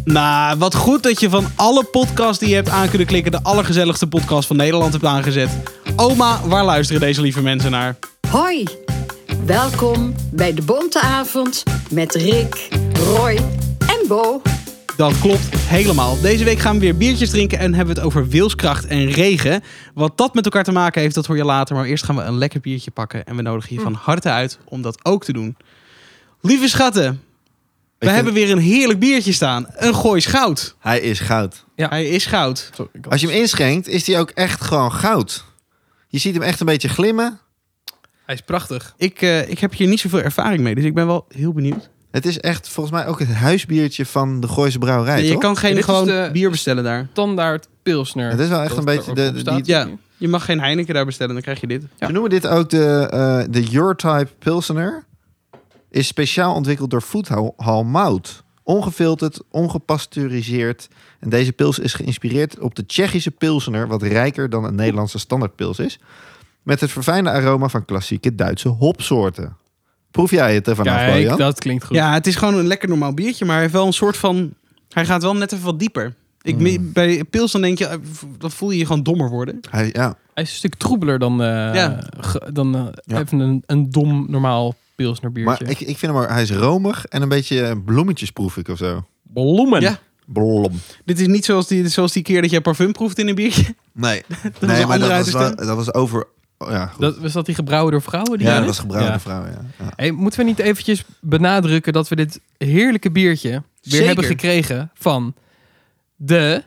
Nou, wat goed dat je van alle podcasts die je hebt aan kunnen klikken... de allergezelligste podcast van Nederland hebt aangezet. Oma, waar luisteren deze lieve mensen naar? Hoi, welkom bij de Bonte Avond met Rick, Roy en Bo. Dat klopt helemaal. Deze week gaan we weer biertjes drinken en hebben we het over wilskracht en regen. Wat dat met elkaar te maken heeft, dat hoor je later. Maar eerst gaan we een lekker biertje pakken en we nodigen je van harte uit om dat ook te doen. Lieve schatten, we hebben weer een heerlijk biertje staan. Een Goois Goud. Hij is goud. Ja. Hij is goud. Als je hem inschenkt, is hij ook echt gewoon goud. Je ziet hem echt een beetje glimmen. Hij is prachtig. Ik heb hier niet zoveel ervaring mee, dus ik ben wel heel benieuwd. Het is echt volgens mij ook het huisbiertje van de Gooise Brouwerij, Je toch? kan geen Dit is gewoon de bier bestellen daar. Standaard Pilsner. Het is wel echt een beetje Ja, je mag geen Heineken daar bestellen, dan krijg je dit. Ze noemen dit ook de Your-Type Pilsener. Is speciaal ontwikkeld door Foodhall Mout. Ongefilterd, ongepasteuriseerd. En deze pils is geïnspireerd op de Tsjechische Pilsener... wat rijker dan een Nederlandse standaardpils is. Met het verfijnde aroma van klassieke Duitse hopsoorten. Proef jij het ervan af, Kijk, Bojan? dat klinkt goed. Ja, het is gewoon een lekker normaal biertje, maar hij heeft wel een soort van... Hij gaat wel net even wat dieper. Bij pils dan denk je, dan voel je je gewoon dommer worden. Hij is een stuk troebeler dan, even een dom normaal Pilsner biertje. Maar ik vind hem hij is romig en een beetje bloemetjes proef ik of zo. Bloemen. Ja. Blom. Dit is niet zoals die keer dat jij parfum proeft in een biertje. Nee, was een andere dat was over... Oh, ja, goed. Was dat die gebrouwen door vrouwen? Ja, dat was gebrouwen door vrouwen, ja. Hey, moeten we niet eventjes benadrukken dat we dit heerlijke biertje weer Zeker. hebben gekregen van de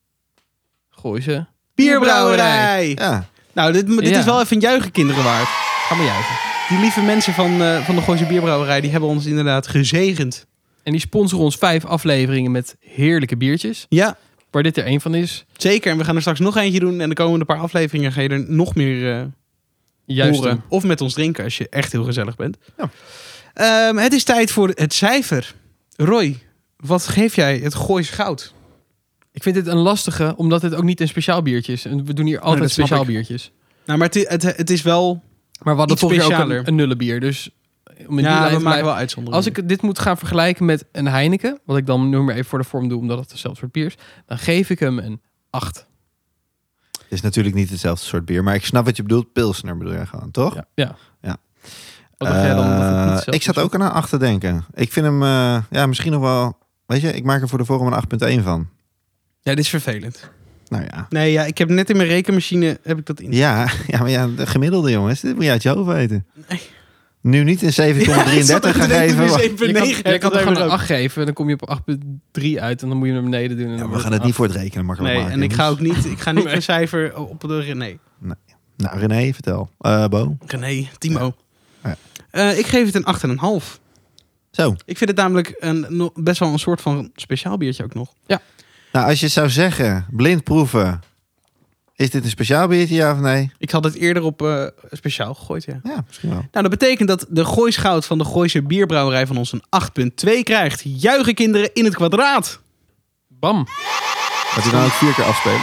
Gooise Bierbrouwerij! Ja. Nou, dit is wel even een juichen kinderen waard. Ga maar juichen. Die lieve mensen van de Gooise Bierbrouwerij, die hebben ons inderdaad gezegend. En die sponsoren ons 5 afleveringen met heerlijke biertjes. Ja, Waar dit er één van is. zeker. En we gaan er straks nog eentje doen. En de komende paar afleveringen ga je er nog meer Juist. horen. Of met ons drinken als je echt heel gezellig bent. Ja. Het is tijd voor het cijfer. Roy, wat geef jij het Goois Goud? Ik vind dit een lastige, omdat dit ook niet een speciaal biertje is. En we doen hier altijd dat snap speciaal ik. biertjes. Nou, maar het is wel... Maar we hadden Iets vorige keer ook specialer. een nullenbier. Dus om in die Ja, lijn we te maken blijven. wel uitzonderingen. Als ik dit moet gaan vergelijken met een Heineken, wat ik dan nu maar even voor de vorm doe, omdat het hetzelfde soort bier is, dan geef ik hem een 8. Het is natuurlijk niet hetzelfde soort bier, maar ik snap wat je bedoelt. Pilsner bedoel je gewoon, toch? Ja. Ja. Wat dacht jij dan? Dat het niet hetzelfde Ik zat ook aan een 8 te denken. Ik vind hem misschien nog wel... Weet je, ik maak er voor de vorm een 8,1 van. Ja, dit is vervelend. Nou ja. Nee, ja, ik heb net in mijn rekenmachine heb ik dat in. Ja, maar de gemiddelde jongens, dit moet je uit je hoofd weten. Nee. Nu niet een 7,33 gaan geven. maar- Je kan er gewoon een 8 geven, dan kom je op 8,3 uit en dan moet je naar beneden doen. En Ja, dan we wordt gaan het niet 8. voor het rekenen makkelijk Nee, maken. en ik ga jongens. ook niet, Nee. een cijfer op de... Nee. Nou, René, vertel. Bo? René, Timo. Ja. Ik geef het een 8,5. Zo. Ik vind het namelijk best wel een soort van speciaal biertje ook nog. Nou, als je zou zeggen, blind proeven. Is dit een speciaal biertje, ja of nee? Ik had het eerder op speciaal gegooid, ja. Ja, misschien wel. Nou, dat betekent dat de Goois Goud van de Gooise Bierbrouwerij van ons een 8,2 krijgt. Juichen kinderen in het kwadraat. Bam. Gaat hij dan ook 4 keer afspelen?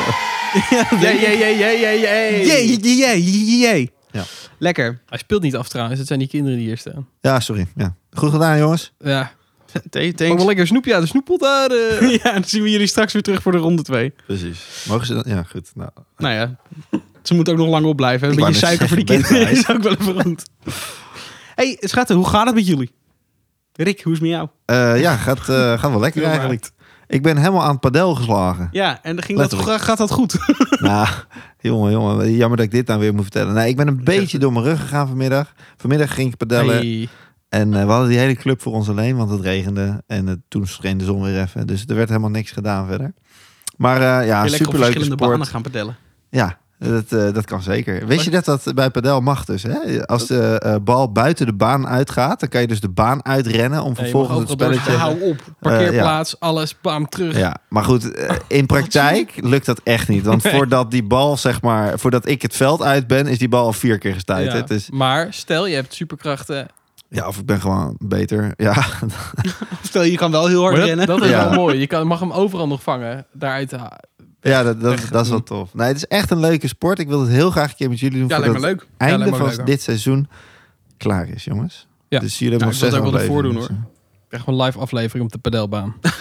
Jee. Ja. Lekker. Hij speelt niet af trouwens, het zijn die kinderen die hier staan. Ja, sorry. Ja. Goed gedaan, jongens. Ja, Thanks. pak wel lekker snoepje uit de snoeppot daar. Ja, dan zien we jullie straks weer terug voor de ronde 2. Precies. Mogen ze dat? Ja, goed. Nou, Nou ja, ze moeten ook nog lang opblijven. Een Ik wou beetje net suiker voor die zeggen, kinderen ben is ook wel even goed. Hey, schatten, hoe gaat het met jullie? Rick, hoe is het met jou? gaat wel lekker Heel eigenlijk. Ik ben helemaal aan het padel geslagen. Ja, en dan Letterlijk. gaat dat goed? Nou, jongen, jammer dat ik dit nou weer moet vertellen. Nee, ik ben een beetje door mijn rug gegaan vanmiddag. Vanmiddag ging ik padellen. Hey. En we hadden die hele club voor ons alleen, want het regende. En toen scheen de zon weer even. Dus er werd helemaal niks gedaan verder. Maar Weer lekker op superleuke verschillende banen sport. gaan padellen. Ja, dat kan zeker. Weet je dat bij padel mag dus? Hè? Als de bal buiten de baan uitgaat, dan kan je dus de baan uitrennen om Ja, je vervolgens mag het overal spelletje... doorgaan. Hou op. Parkeerplaats, alles, bam, terug. Ja, maar goed, in praktijk lukt dat echt niet. Want Nee. voordat die bal, zeg maar, voordat ik het veld uit ben, is die bal al 4 keer gestuit. Ja. Het is, Maar stel, je hebt superkrachten. ja, of ik ben gewoon beter. Ja, Stel, je kan wel heel hard Maar rennen. dat is Ja. wel mooi. mag hem overal nog vangen. Daaruit ja dat is wel tof. Nee, het is echt een leuke sport. Ik wil het heel graag een keer met jullie doen. Ja, voordat lijkt me leuk. het einde lijkt me van leuk, hoor. dit seizoen klaar is, jongens. Ja. Dus jullie hebben Ja, nog ik wil 6 het ook wel ervoor afleveringen. doen, krijg gewoon live aflevering op de padelbaan.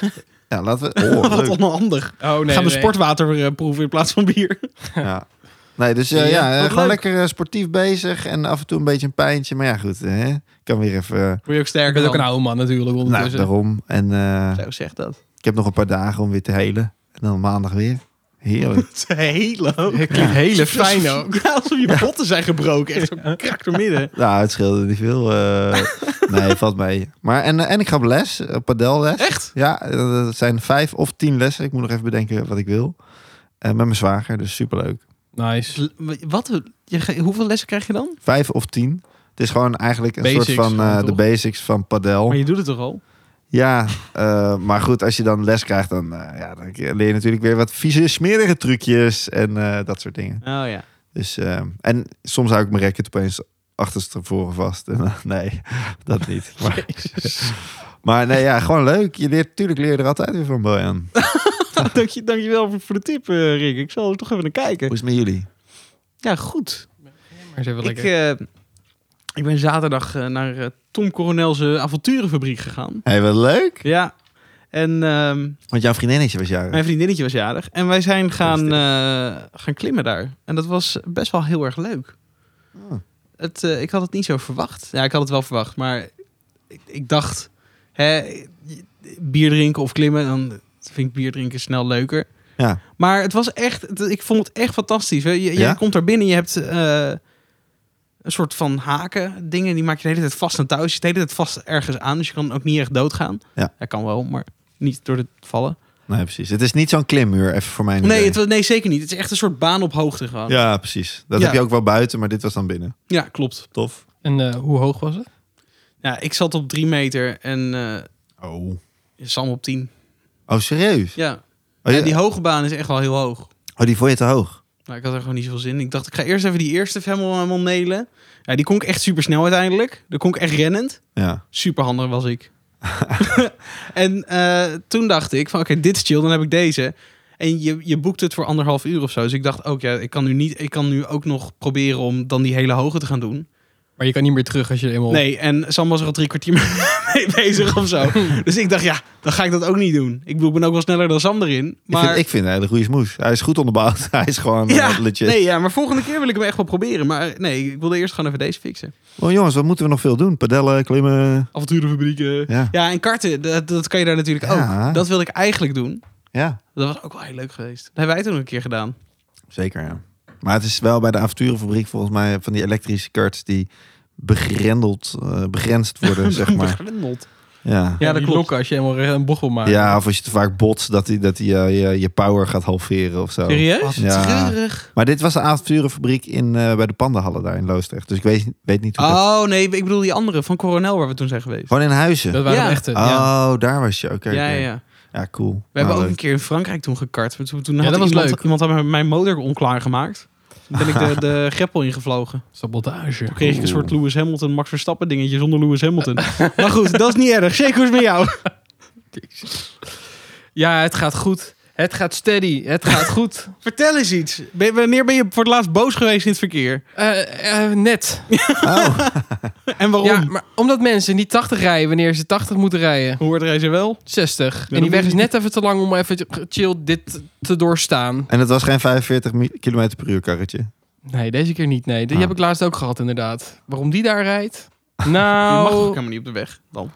Ja, laten we... Oh, Wat leuk. onhandig. Oh nee. Gaan we sportwater proeven in plaats van bier. Ja. Nee, dus wat gewoon leuk. lekker sportief bezig. En af en toe een beetje een pijntje. Maar ja, goed. Ik kan weer even... Word je ook Ik sterker ben ook een dan? oude man natuurlijk nou, ondertussen. daarom. En Zo zegt dat. ik heb nog een paar dagen om weer te helen. En dan maandag weer. Heerlijk. Het is hele hoog. Het klinkt hele fijn ook. Ja, alsof je botten zijn gebroken. Echt zo krak door midden. Nou, het scheelde niet veel. Nee, valt mee. Maar en ik ga op les. Padelles. Echt? Ja, dat zijn 5 of 10 lessen. Ik moet nog even bedenken wat ik wil. Met mijn zwager, dus superleuk. Nice. Wat? Hoeveel lessen krijg je dan? 5 of 10. Het is gewoon eigenlijk een Basics soort van gewoon, de toch? basics van padel. Maar je doet het toch al? Ja, maar goed, als je dan les krijgt, dan leer je natuurlijk weer wat vieze, smerige trucjes en dat soort dingen. Oh ja. Dus, en soms hou ik mijn racket opeens achterstevoren vast. En, nee, dat niet. Maar nee, ja, gewoon leuk. Tuurlijk leer je er altijd weer van, Bojan. Dankjewel voor de tip, Rick. Ik zal er toch even naar kijken. Hoe is het met jullie? Ja, goed. Maar is even lekker. Ik ben zaterdag naar Tom Coronel's avonturenfabriek gegaan. Hey, wat leuk. Ja. En Want jouw vriendinnetje was jarig. mijn vriendinnetje was jarig. En wij zijn gaan klimmen daar. En dat was best wel heel erg leuk. Oh. Ik had het niet zo verwacht. Ja, ik had het wel verwacht. Maar ik dacht, bier drinken of klimmen, dan vind ik bier drinken snel leuker. Ja. Maar het was echt, ik vond het echt fantastisch. Je Ja? komt daar binnen, je hebt een soort van haken, dingen, die maak je de hele tijd vast aan touw. Je zit de hele tijd vast ergens aan, dus je kan ook niet echt doodgaan. Ja. Dat kan wel, maar niet door het vallen. Nee, precies. Het is niet zo'n klimmuur, even voor mij. Nee, zeker niet. Het is echt een soort baan op hoogte gewoon. Ja, precies. Dat Ja. heb je ook wel buiten, maar dit was dan binnen. Ja, klopt. Tof. En hoe hoog was het? Ja, ik zat op 3 meter en Oh. Sam op 10. Oh, serieus? Ja. Oh, En die hoge baan is echt wel heel hoog. die vond je te hoog? Nou, ik had er gewoon niet zoveel zin in. Ik dacht, ik ga eerst even die eerste helemaal nailen. Ja, die kon ik echt super snel uiteindelijk. Dat kon ik echt rennend. Ja. Super handig was ik. En toen dacht ik van oké, dit is chill, dan heb ik deze. En je boekt het voor 1,5 uur of zo. Dus ik dacht ook, ja, ik kan nu ook nog proberen om dan die hele hoge te gaan doen. Maar je kan niet meer terug als je eenmaal... Nee, en Sam was er al 3 kwartier mee bezig of zo. Dus ik dacht, ja, dan ga ik dat ook niet doen. Ik bedoel, ik ben ook wel sneller dan Sam erin. Maar Ik vind een hele goede smoes. Hij is goed onderbouwd. Hij is gewoon legit. nee, ja, maar volgende keer wil ik hem echt wel proberen. Maar nee, ik wilde eerst gewoon even deze fixen. Oh jongens, wat moeten we nog veel doen? Padellen, klimmen. Avonturenfabrieken. Ja. Ja, en karten, dat kan je daar natuurlijk Ja. ook. Dat wilde ik eigenlijk doen. Ja, Dat was ook wel heel leuk geweest. Dat hebben wij toen een keer gedaan. zeker ja. Maar het is wel bij de avonturenfabriek volgens mij van die elektrische karts die begrensd worden, zeg maar. Begrendeld. Ja. Ja, dat die klopt. lokken als je eenmaal een bocht wil maken. Ja, of als je te vaak botst, dat die je power gaat halveren of zo. Serieus? Ja. Treurig. Maar dit was de avonturenfabriek bij de Pandahallen daar in Loosdrecht. Dus ik weet niet hoe dat... Oh nee, ik bedoel die andere van Coronel waar we toen zijn geweest. Gewoon in Huizen? Dat waren Ja. de echte. Ja. Oh, daar was je. Oké. Ja, oké. ja. Ja, cool. We hebben Nou, ook leuk. een keer in Frankrijk toen gekart. Toen Ja, had dat was leuk. iemand had mijn motor onklaargemaakt. Toen ben ik de greppel ingevlogen. Sabotage. Toen kreeg ik een soort Lewis Hamilton, Max Verstappen dingetje zonder Lewis Hamilton. Maar goed, dat is niet erg. Zeker hoe is het met jou? Ja, het gaat goed. Het gaat steady. Het gaat goed. Vertel eens iets. Wanneer ben je voor het laatst boos geweest in het verkeer? Net. Oh, En waarom? Ja, maar omdat mensen niet 80 rijden wanneer ze 80 moeten rijden. Hoe hoort hij ze wel? 60. dat En die weg moet is net even te lang om even chill dit te doorstaan. en het was geen 45 km per uur karretje. Nee, deze keer niet. Nee, die Ah. heb ik laatst ook gehad inderdaad. Waarom die daar rijdt? Je mag ook Nou, helemaal niet op de weg dan.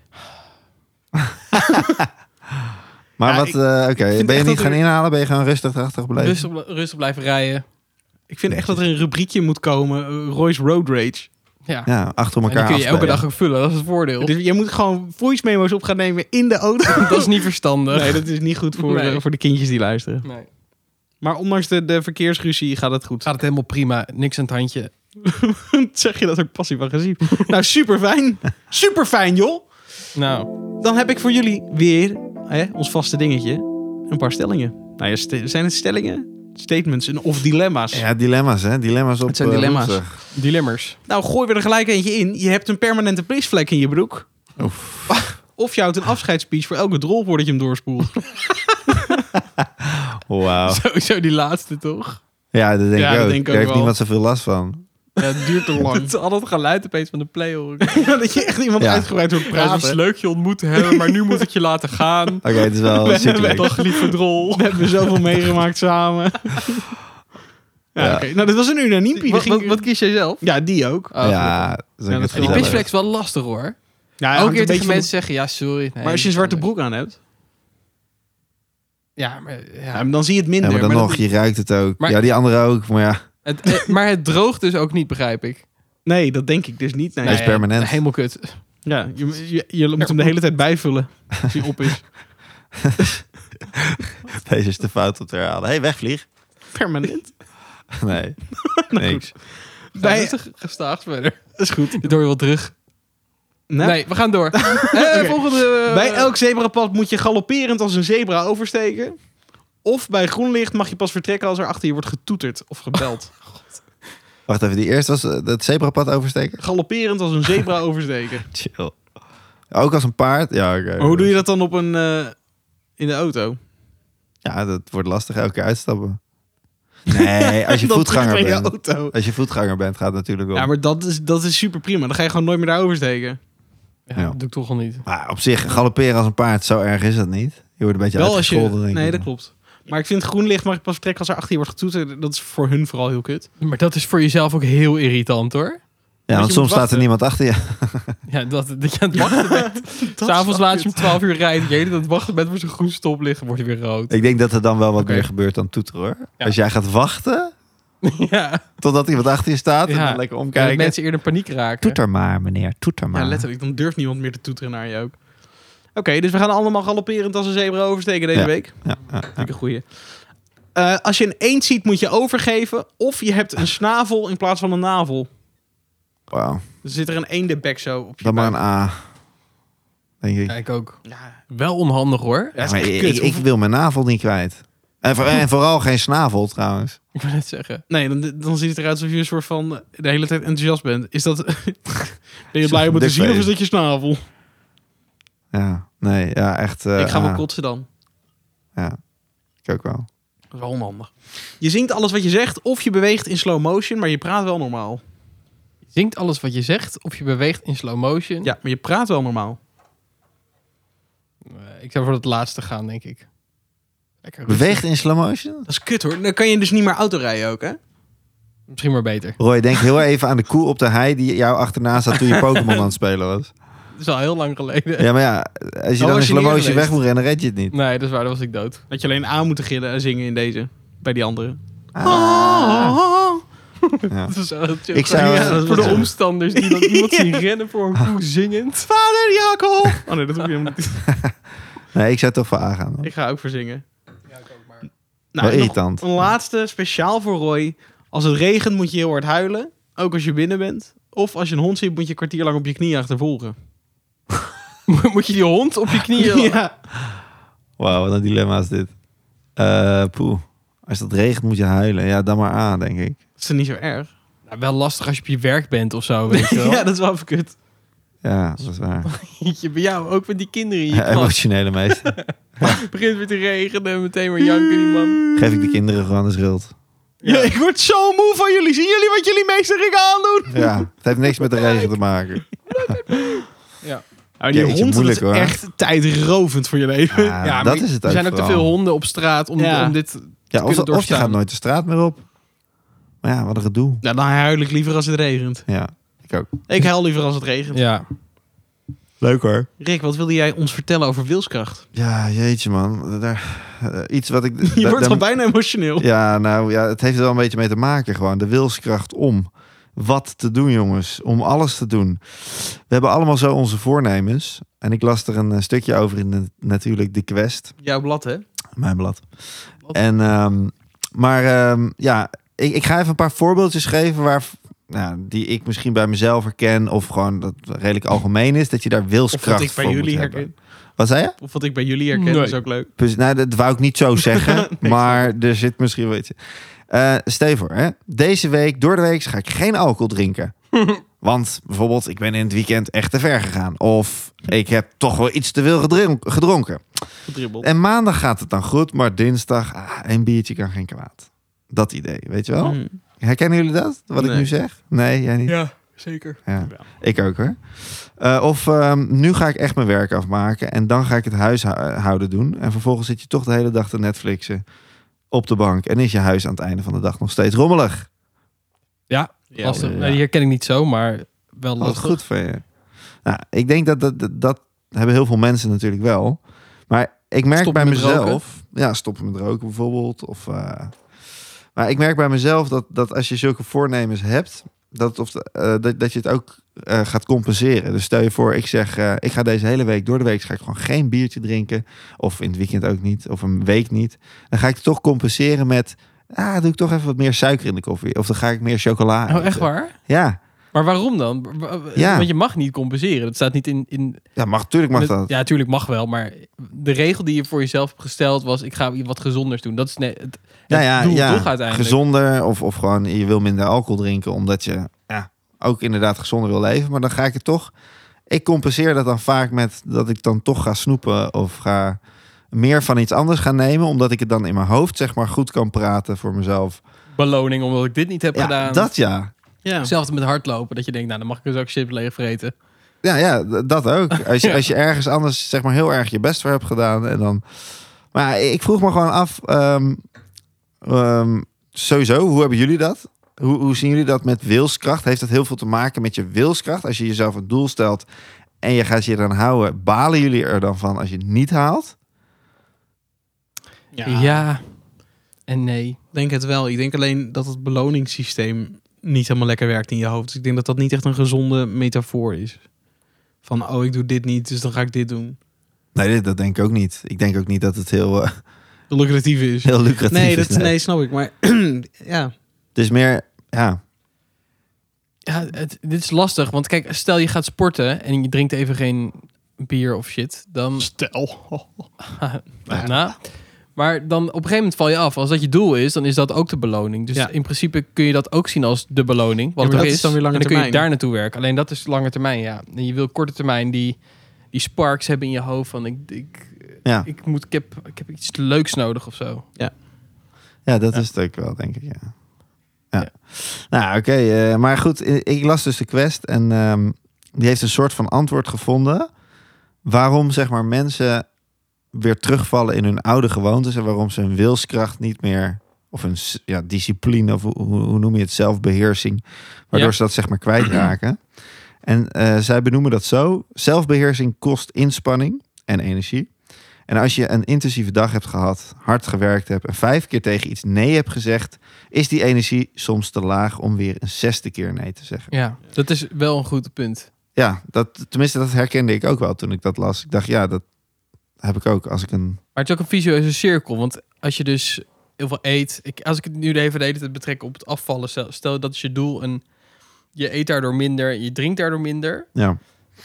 Maar Ja, wat, ik oké. vind Ben je echt niet dat gaan er- inhalen? Ben je gewoon rustig achter gebleven? rustig blijven rijden. Ik vind echt dat er een rubriekje moet komen. Roy's Road Rage. Ja. Ja, achter En elkaar die kun je elke afspelen. dag ook vullen. Dat is het voordeel. Dus je moet gewoon voice memo's op gaan nemen in de auto. Dat is niet verstandig. Nee, dat is niet goed voor, Nee. voor de kindjes die luisteren. Nee. Maar ondanks de verkeersruzie gaat het goed. Gaat het helemaal prima. Niks aan het handje. Zeg je dat ook passief-agressief? Nou, super fijn. Super fijn, joh. Nou, Dan heb ik voor jullie weer ons vaste dingetje. Een paar stellingen. Nou ja, zijn het stellingen? Statements of dilemma's? Ja, dilemma's hè. Dilemma's op Het zijn dilemma's. woensdag. dilemmers. Nou, gooi er gelijk eentje in. Je hebt een permanente pisvlek in je broek. Oef. Of je houdt een afscheidsspeech voor elke drol voordat je hem doorspoelt. Wauw. Sowieso die laatste, toch? Ja, dat denk Ja, ik dat ook. denk ik Daar ook heeft wel. niemand zoveel last van. Ja, het duurt te lang. Het is al dat geluid opeens van de play hoor. Ja, dat je echt iemand Ja. uitgebreid hoort Ja, het was praten. leuk je ontmoet te hebben, maar nu moet ik je laten gaan. Oké, het is wel super leuk. Dag lieve drol. We hebben zoveel meegemaakt samen. Ja, Ja. oké. Nou, dat was een unaniempie. Wat kies jij zelf? Ja, die ook. Oh, Ja, dat is ook dat het vind Die ik gezellig. pitchflex is wel lastig hoor. Ja, Elke keer een beetje tegen van mensen zeggen, ja sorry. Nee, Maar als je een zwarte anders. broek aan hebt, Ja, maar, ja, dan zie je het Ja, minder. maar dan maar nog, dat- je ruikt het ook. Maar- ja, die andere ook. Maar ja, maar het droogt dus ook niet, begrijp ik. Nee, dat denk ik dus niet. Nee. Hij is permanent. Helemaal kut. Ja, je moet hem de hele tijd bijvullen als hij op is. deze is te fout om te herhalen. Hey, wegvlieg. Permanent. Nee, Nou, niks. Bij, Gestaag verder. is goed. Dit hoor je wel terug. Nou, Nee, we gaan door. Volgende... Bij elk zebrapad moet je galopperend als een zebra oversteken. Of bij groen licht mag je pas vertrekken als er achter je wordt getoeterd of gebeld. Wacht even, die eerste was het zebrapad oversteken? Galopperend als een zebra oversteken. Chill. Ook als een paard? Ja, oké. Maar hoe doe je dat dan op een, in de auto? Ja, dat wordt lastig elke keer uitstappen. Nee, als je Dan voetganger terug naar je bent. auto. Als je voetganger bent, gaat het natuurlijk wel. Ja, maar dat is super prima. Dan ga je gewoon nooit meer daar oversteken. Ja, Ja. dat doe ik toch al niet. Maar op zich, galopperen als een paard, zo erg is dat niet. Je wordt een beetje Wel als je... uitgescholden, denk Nee, ik. dat klopt. Maar ik vind groen licht mag je pas vertrekken als er achter je wordt getoeterd. Dat is voor hun vooral heel kut. Maar dat is voor jezelf ook heel irritant hoor. Ja, want je soms moet staat er wachten. niemand achter je. Ja, dat je aan het wachten bent. S'avonds laat je om 12 uur rijden. Je dat het wachten bent voor zo'n groen stoplicht. Wordt hij weer rood. Ik denk dat er dan wel wat Oké. meer gebeurt dan toeteren, hoor. Ja. Als jij gaat wachten Ja. totdat iemand achter je staat en Ja. dan lekker Dat omkijken. mensen eerder paniek raken. Toeter maar, meneer. Toeter maar. Ja, letterlijk. Dan durft niemand meer te toeteren naar je ook. Oké, dus we gaan allemaal galopperend als een zebra oversteken deze Ja. week. Ja, ja, Vind ja. ik een goeie. Als je een eend ziet, moet je overgeven. Of je hebt een snavel in plaats van een navel. Wauw. Dan zit er een eendenbek zo op je Dan maar buik. een A. Denk ik. Ja, ik ook. Ja, Wel onhandig hoor. dat is maar echt ik, kut. ik wil mijn navel niet kwijt. En vooral geen snavel, trouwens. Ik wil net zeggen. Nee, dan ziet het eruit alsof je een soort van de hele tijd enthousiast bent. Is dat... ben je blij om het te zien of is dat je snavel? Ja, nee, ja, echt. Ik ga wel A. kotsen dan. Ja, ik ook wel. Dat is wel onhandig. Je zingt alles wat je zegt of je beweegt in slow motion, maar je praat wel normaal. Je zingt alles wat je zegt of je beweegt in slow motion. Ja, maar je praat wel normaal. Ik zou voor het laatste gaan, denk ik. Lekker rustig. Beweegt in slow motion? Dat is kut hoor. Dan kan je dus niet meer autorijden ook, hè? Misschien maar beter. Roy, denk heel even aan de koe op de hei die jou achterna zat toen je Pokémon aan het spelen was. Dat is al heel lang geleden. Ja, maar ja, als je dan in was je slow niet motion geweest. weg moet rennen, red je het niet. Nee, dat is waar. Dan was ik dood. Dat je alleen aan moeten gillen en zingen in deze. Bij die andere. Ja. Dat is wel heel chill. Ik zou- Ja, dat is voor wel de chill. omstanders die dan iemand zien rennen voor een koe zingend. Vader Jacob! Oh nee, dat hoef je helemaal niet. Nee, ik zou toch voor A gaan. Dan. Ik ga ook voor zingen. Ja, ik ook maar. Wel Nou, nog irritant. een laatste, speciaal voor Roy. Als het regent moet je heel hard huilen. Ook als je binnen bent. Of als je een hond ziet moet je een kwartier lang op je knieën achtervolgen. Moet je die hond op je knieën... Ja. Wauw, wat een dilemma is dit. Poeh. Als het regent moet je huilen. Ja, dan maar A, denk ik. Dat is niet zo erg. Nou, wel lastig als je op je werk bent of zo, weet je wel. Ja, dat is wel even kut. Ja, dat is waar. Je, bij jou, ook met die kinderen in je Ja, klas. emotionele meester. Het begint weer te regenen en meteen maar janken die man. Geef ik de kinderen gewoon de schuld. Ja, ik word zo moe van jullie. Zien jullie wat jullie meester gingen aandoen? Ja, het heeft niks met de regen te maken. Ja. Nou, die Jeetje, hond dat moeilijk, is hoor. echt tijdrovend voor je leven. Ja, Ja, dat maar is het er zijn ook te vooral. veel honden op straat om, Ja. om dit... Ja, kunnen of je doorstaan. gaat nooit de straat meer op. Maar ja, wat een gedoe. Nou, dan huil ik liever als het regent. Ja, ik ook. Ik huil liever als het regent. Ja. Leuk hoor. Rick, wat wilde jij ons vertellen over wilskracht? Ja, jeetje man. Iets wat ik... Je wordt al bijna emotioneel. Ja, nou ja, het heeft er wel een beetje mee te maken gewoon. De wilskracht om wat te doen, jongens. Om alles te doen. We hebben allemaal zo onze voornemens. En ik las er een stukje over in natuurlijk de Quest. Jouw blad, hè? Mijn blad. Wat? En, ja, ik ga even een paar voorbeeldjes geven waar... Nou, die ik misschien bij mezelf herken. Of gewoon dat het redelijk algemeen is. Dat je daar Of wilskracht wat ik bij voor jullie moet hebben. herken. Wat zei je? Of wat ik bij jullie herken, Nee. is ook leuk. Dus, nou, dat wou ik niet zo zeggen. Maar er zit misschien wel iets in. Stel je voor, hè? Deze week, door de week, ga ik geen alcohol drinken. Want bijvoorbeeld, ik ben in het weekend echt te ver gegaan. Of ik heb toch wel iets te veel gedronken. Gedribbeld. En maandag gaat het dan goed, maar dinsdag, een biertje kan geen kwaad. Dat idee, weet je wel? Mm. Herkennen jullie dat? Wat ik Nee. nu zeg? Nee, jij niet? Ja, zeker. Ja. Ja. Ik ook hoor. Nu ga ik echt mijn werk afmaken. En dan ga ik het huishouden doen. En vervolgens zit je toch de hele dag te Netflixen op de bank. En is je huis aan het einde van de dag nog steeds rommelig. Ja, Ja, lastig. ja. Nee, die herken ik niet zo, maar wel Dat is lastig. goed voor je. Nou, ik denk dat hebben heel veel mensen natuurlijk wel. Maar ik merk Stoppen bij met mezelf... Ja, stoppen met roken bijvoorbeeld. Maar ik merk bij mezelf dat als je zulke voornemens hebt... dat je het ook gaat compenseren. Dus stel je voor, ik zeg... ik ga deze hele week, door de week... ga ik gewoon geen biertje drinken. Of in het weekend ook niet. Of een week niet. Dan ga ik het toch compenseren met... doe ik toch even wat meer suiker in de koffie. Of dan ga ik meer chocola Oh, eten. echt waar? Ja. Maar waarom dan? Ja. Want je mag niet compenseren. Dat staat niet in Ja, tuurlijk mag dat. Ja, natuurlijk mag wel. Maar de regel die je voor jezelf hebt gesteld was... ik ga wat gezonders doen. Dat is het doel toch uiteindelijk. Gezonder of gewoon je wil minder alcohol drinken omdat je ook inderdaad gezonder wil leven. Maar dan ga ik het toch... Ik compenseer dat dan vaak met dat ik dan toch ga snoepen of ga meer van iets anders gaan nemen. Omdat ik het dan in mijn hoofd zeg maar goed kan praten voor mezelf. Beloning omdat ik dit niet heb gedaan. Dat ja. Ja. Hetzelfde met hardlopen. Dat je denkt, nou dan mag ik dus ook chips leeg vreten. Ja, dat ook. Als je ergens anders zeg maar heel erg je best voor hebt gedaan. En dan... Maar ik vroeg me gewoon af... sowieso, hoe hebben jullie dat? Hoe zien jullie dat met wilskracht? Heeft dat heel veel te maken met je wilskracht? Als je jezelf een doel stelt en je gaat je eraan houden... balen jullie er dan van als je het niet haalt? Ja en nee. Ik denk het wel. Ik denk alleen dat het beloningssysteem niet helemaal lekker werkt in je hoofd. Dus ik denk dat dat niet echt een gezonde metafoor is. Van, ik doe dit niet, dus dan ga ik dit doen. Nee, dat denk ik ook niet. Ik denk ook niet dat het heel Lucratief is. heel lucratief is. Nee, snap ik. Maar ja. Het is meer... Ja, Ja, dit is lastig. Want kijk, stel je gaat sporten en je drinkt even geen bier of shit. Dan... Stel. Nou, maar dan op een gegeven moment val je af. Als dat je doel is, dan is dat ook de beloning. Dus Ja. in principe kun je dat ook zien als de beloning. Wat Ja, maar er dat is. is dan weer lange en dan kun je termijn. daar naartoe werken. Alleen dat is lange termijn, ja. En je wil korte termijn die sparks hebben in je hoofd. Van ja. ik heb iets leuks nodig of zo. Ja, dat is het ook wel, denk ik, ja. Nou, oké. Maar goed, ik las dus de Quest en die heeft een soort van antwoord gevonden waarom, zeg maar, mensen weer terugvallen in hun oude gewoontes en waarom ze hun wilskracht niet meer, of hun discipline, of hoe noem je het, zelfbeheersing, waardoor ze dat, zeg maar, kwijtraken. En zij benoemen dat zo: zelfbeheersing kost inspanning en energie. En als je een intensieve dag hebt gehad, hard gewerkt hebt en 5 keer tegen iets nee hebt gezegd, is die energie soms te laag om weer een 6e keer nee te zeggen. Ja, dat is wel een goed punt. Ja, tenminste dat herkende ik ook wel toen ik dat las. Ik dacht, ja, dat heb ik ook als ik een... Maar het is ook een visueuze cirkel. Want als je dus heel veel eet... Als ik het nu even de hele tijd betrek op het afvallen... Stel dat is je doel en je eet daardoor minder... je drinkt daardoor minder... Ja,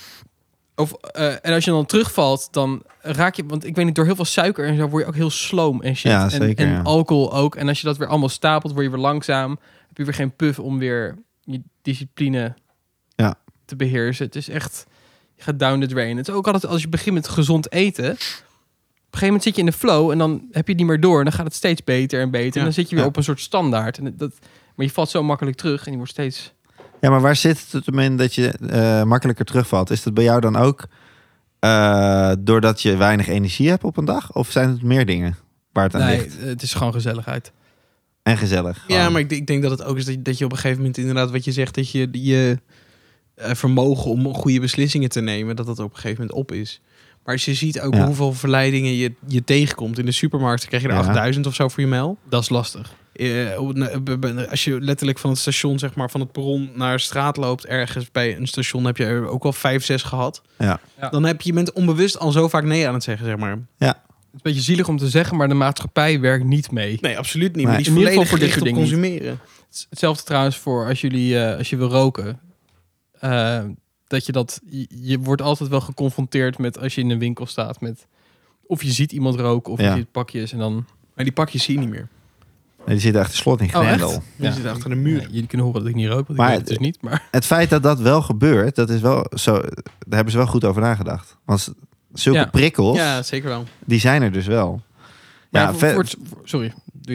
En als je dan terugvalt, dan raak je... Want ik weet niet, door heel veel suiker en zo word je ook heel sloom en shit. Ja, zeker, en ja. alcohol ook. En als je dat weer allemaal stapelt, word je weer langzaam. Heb je weer geen puff om weer je discipline te beheersen. Het is echt... Je gaat down the drain. Het is ook altijd als je begint met gezond eten... Op een gegeven moment zit je in de flow en dan heb je het niet meer door. En dan gaat het steeds beter en beter. En dan zit je weer op een soort standaard. Maar je valt zo makkelijk terug en je wordt steeds... Ja, maar waar zit het hem in dat je makkelijker terugvalt? Is dat bij jou dan ook doordat je weinig energie hebt op een dag? Of zijn het meer dingen waar het aan ligt? Het is gewoon gezelligheid. En gezellig. Ja, gewoon. maar ik denk dat het ook is dat je op een gegeven moment inderdaad wat je zegt, dat je vermogen om goede beslissingen te nemen, dat op een gegeven moment op is. Maar als je ziet ook hoeveel verleidingen je tegenkomt in de supermarkt, dan krijg je er 8000 of zo voor je mail. Dat is lastig. Als je letterlijk van het station, zeg maar, van het perron naar de straat loopt, ergens bij een station, heb je er ook al 5, 6 gehad. Ja. Dan je bent onbewust al zo vaak nee aan het zeggen, zeg maar. Ja. Het is een beetje zielig om te zeggen, maar de maatschappij werkt niet mee. Nee, absoluut niet. Nee. Maar die is In ieder geval volledig voor dit gericht soort op dingen consumeren. Hetzelfde trouwens voor als je wil roken. Dat je wordt altijd wel geconfronteerd met als je in een winkel staat met of je ziet iemand roken of je ziet pakjes en dan... Maar die pakjes zie je niet meer. Nee, die zitten achter slot in Oh, echt? grendel. Die zitten achter de muur. Ja, jullie kunnen horen dat ik niet rook, want Maar ik weet het dus niet. Maar Het feit dat dat wel gebeurt, dat is wel zo. Daar hebben ze wel goed over nagedacht. Want zulke prikkels, Ja, zeker wel. die zijn er dus wel. Maar Ja, sorry, doe je ding.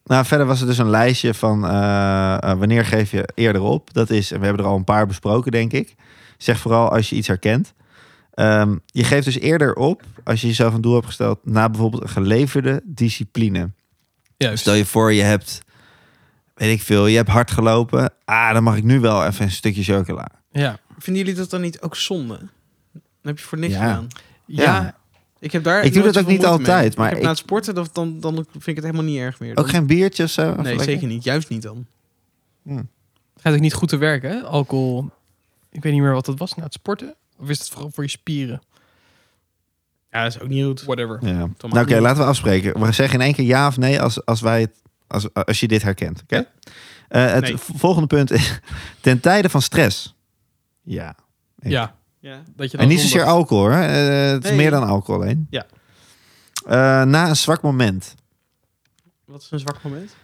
Nou, verder was er dus een lijstje van wanneer geef je eerder op. Dat is, we hebben er al een paar besproken, denk ik. Zeg vooral als je iets herkent. Je geeft dus eerder op als je jezelf een doel hebt gesteld na bijvoorbeeld een geleverde discipline. Juist. Stel je voor, je hebt, weet ik veel, je hebt hard gelopen. Dan mag ik nu wel even een stukje chocola. Ja. Vinden jullie dat dan niet ook zonde? Dan heb je voor niks Ja. gedaan. Ja. Ik heb daar Ik doe nooit dat ook zoveel niet moeite mee. altijd, maar ik heb ik- na het sporten, dan vind ik het helemaal niet erg meer. Ook Dan- geen biertje of zo? Of Nee, lekker? zeker niet. Juist niet dan. Het gaat ook niet goed te werken, hè? Alcohol. Ik weet niet meer wat het was na het sporten. Of is het vooral voor je spieren? Ja, dat is ook niet goed. Whatever. Ja. mag Nou, oké, niet. laten we afspreken. We zeggen in één keer ja of nee als je dit herkent. Oké? Het Nee. volgende punt is ten tijde van stress. Ja. Ja. Ja. Dat je En niet zondag- zozeer alcohol, hoor. Het is Nee. meer dan alcohol alleen. Ja. Na een zwak moment. Wat is een zwak moment?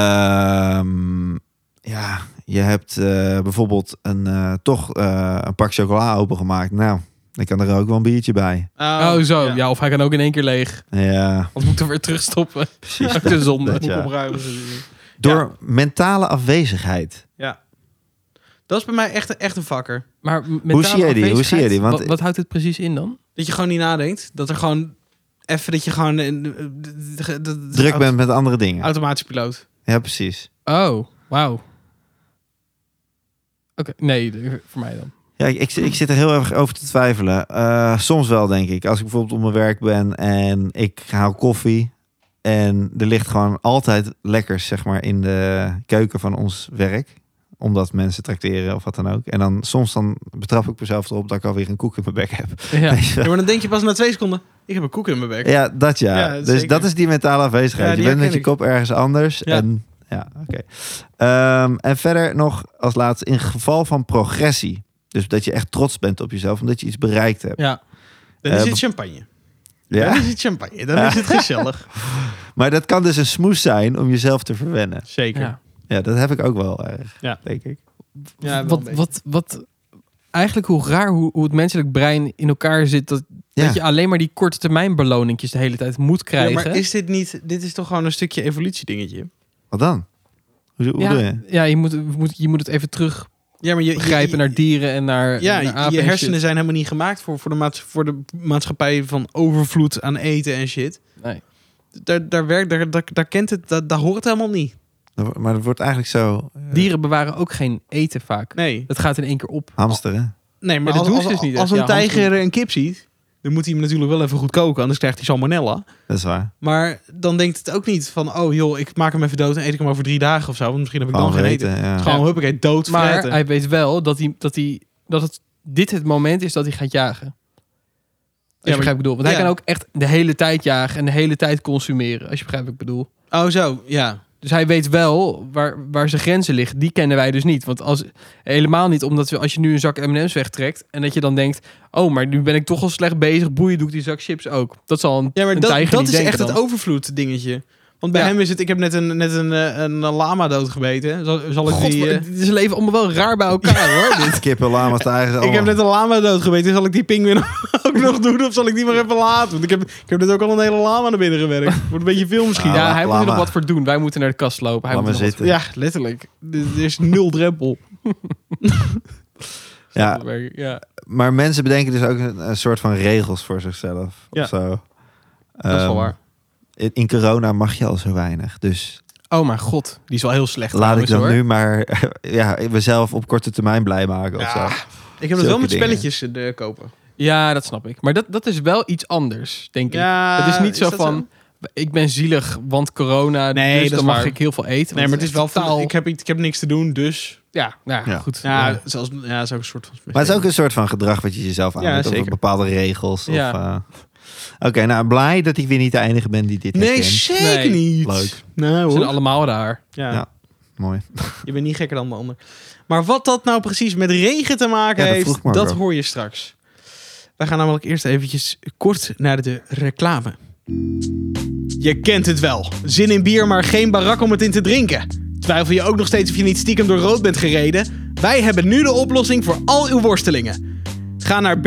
Ja, je hebt bijvoorbeeld een pak chocola opengemaakt. Nou, dan kan er ook wel een biertje bij. Oh, zo. Ja. Of hij kan ook in één keer leeg. Ja, Want moet er weer terugstoppen. precies. Ook de zonde. Dat, ja. Opruimen. Door mentale afwezigheid. Ja. Dat is bij mij echt een vakker. Maar Hoe zie jij die? Hoe zie jij die? Want- wat houdt het precies in dan? Dat je gewoon niet nadenkt. Dat er gewoon even dat je gewoon Druk bent met andere dingen. Automatisch piloot. Ja, precies. Oh, wauw. Oké, nee, voor mij dan. Ja, ik zit er heel erg over te twijfelen. Soms wel, denk ik. Als ik bijvoorbeeld op mijn werk ben en ik haal koffie. En er ligt gewoon altijd lekkers, zeg maar, in de keuken van ons werk. Omdat mensen trakteren of wat dan ook. En dan soms betrap ik mezelf erop dat ik alweer een koek in mijn bek heb. Ja. Weet je wel? Ja, maar dan denk je pas na 2 seconden. Ik heb een koek in mijn bek. Ja, dat ja. Ja, Dus zeker. dat is die mentale afwezigheid. Ja, Je die bent met je herken ik. kop ergens anders. Ja. En ja, oké. En verder nog als laatste, in geval van progressie. Dus dat je echt trots bent op jezelf, omdat je iets bereikt hebt. Ja. Dan is Eh, het champagne. Ja? Dan is het champagne. Dan is het gezellig. Maar dat kan dus een smoes zijn om jezelf te verwennen. Zeker. Ja. Ja, dat heb ik ook wel erg, Ja. denk ik. Ja, wel een Wat eigenlijk hoe raar hoe het menselijk brein in elkaar zit. Dat Ja. je alleen maar die korte termijn beloningjes de hele tijd moet Ja, krijgen. maar is dit niet... Dit is toch gewoon een stukje evolutiedingetje? Wat dan? Hoe doe je? ja, je moet het even terug Ja, maar je begrijpen naar dieren en naar, Ja, naar apen je en hersenen shit. zijn helemaal niet gemaakt voor de maatschappij van overvloed aan eten en shit. Nee. Daar kent het, daar hoort het helemaal niet. Maar het wordt eigenlijk zo Dieren bewaren ook geen eten vaak. Nee. Het gaat in één keer op. hamsteren. Nee, maar Ja, dat als, doen ze als, dus niet als echt. een Ja, tijger hamster. een kip ziet, dan moet hij hem natuurlijk wel even goed koken, anders krijgt hij salmonella. Dat is waar. Maar dan denkt het ook niet van, oh joh, ik maak hem even dood en eet ik hem over 3 dagen of zo, want misschien heb ik dan Gewoon geen weten, eten. ja. Gewoon huppakee, dood Maar fretten. hij weet wel dat dit het moment is dat hij gaat jagen. Als je maar- begrijpt wat ik bedoel. Want hij ja. kan ook echt de hele tijd jagen en de hele tijd consumeren. Als je begrijpt wat ik bedoel. Oh zo, ja. Dus hij weet wel waar zijn grenzen liggen. Die kennen wij dus niet. Want helemaal niet omdat als je nu een zak M&M's wegtrekt en dat je dan denkt, oh, maar nu ben ik toch al slecht bezig. Boeien, doe ik die zak chips ook. Dat zal een, Ja, maar een dat tijger is niet denken echt het dan. overvloed dingetje. Want bij Ja. hem is het, ik heb net een lama doodgebeten. Zal ik God, die... maar ze leven allemaal wel raar bij elkaar hoor. Dit. Kippen, lama's, tijgers. Ik heb net een lama doodgebeten. Zal ik die pinguïn ook nog doen? Of zal ik die maar even laten? Want ik heb net ook al een hele lama naar binnen gewerkt. Wordt een beetje veel misschien. Ah, Ja, hij moet er lama. nog wat voor doen. Wij moeten naar de kast lopen. Hij Laat moet maar er nog wat zitten. Ja, letterlijk. Er is 0 drempel. Ja, voor- ja. maar mensen bedenken dus ook een soort van regels voor zichzelf. Ja. Of zo. Dat is wel waar. In corona mag je al zo weinig. Dus Oh mijn god. Die is wel heel slecht. laat ik trouwens, dan hoor. nu maar mezelf op korte termijn blij maken. Of zo. Ja, ik heb het wel Zulke met dingen. spelletjes kopen. Ja, dat snap ik. Maar dat is wel iets anders, denk ik. Ja, Het is niet zo dat van, ik ben zielig, want corona, Nee, dus dat dan is mag waar. ik heel veel eten. Nee, Want maar het is wel totaal... van, ik heb niks te doen, dus... Ja, nou, Ja. goed. Ja, Ja. zoals, ja, dat is ook een soort van... Maar het is ook een soort van gedrag wat je jezelf Ja, aandoet. Of zeker. bepaalde regels. Ja. Oké, nou blij dat ik weer niet de enige ben die dit Nee, herkent. zeker Nee. niet. Leuk. Nou We hoor. zijn allemaal raar. Ja. Ja. Mooi. Je bent niet gekker dan de ander. Maar wat dat nou precies met regen te maken Ja, dat vroeg heeft, Marco. dat hoor je straks. Wij gaan namelijk eerst eventjes kort naar de reclame. Je kent het wel. Zin in bier, maar geen barak om het in te drinken. Twijfel je ook nog steeds of je niet stiekem door rood bent gereden? Wij hebben nu de oplossing voor al uw worstelingen. Ga naar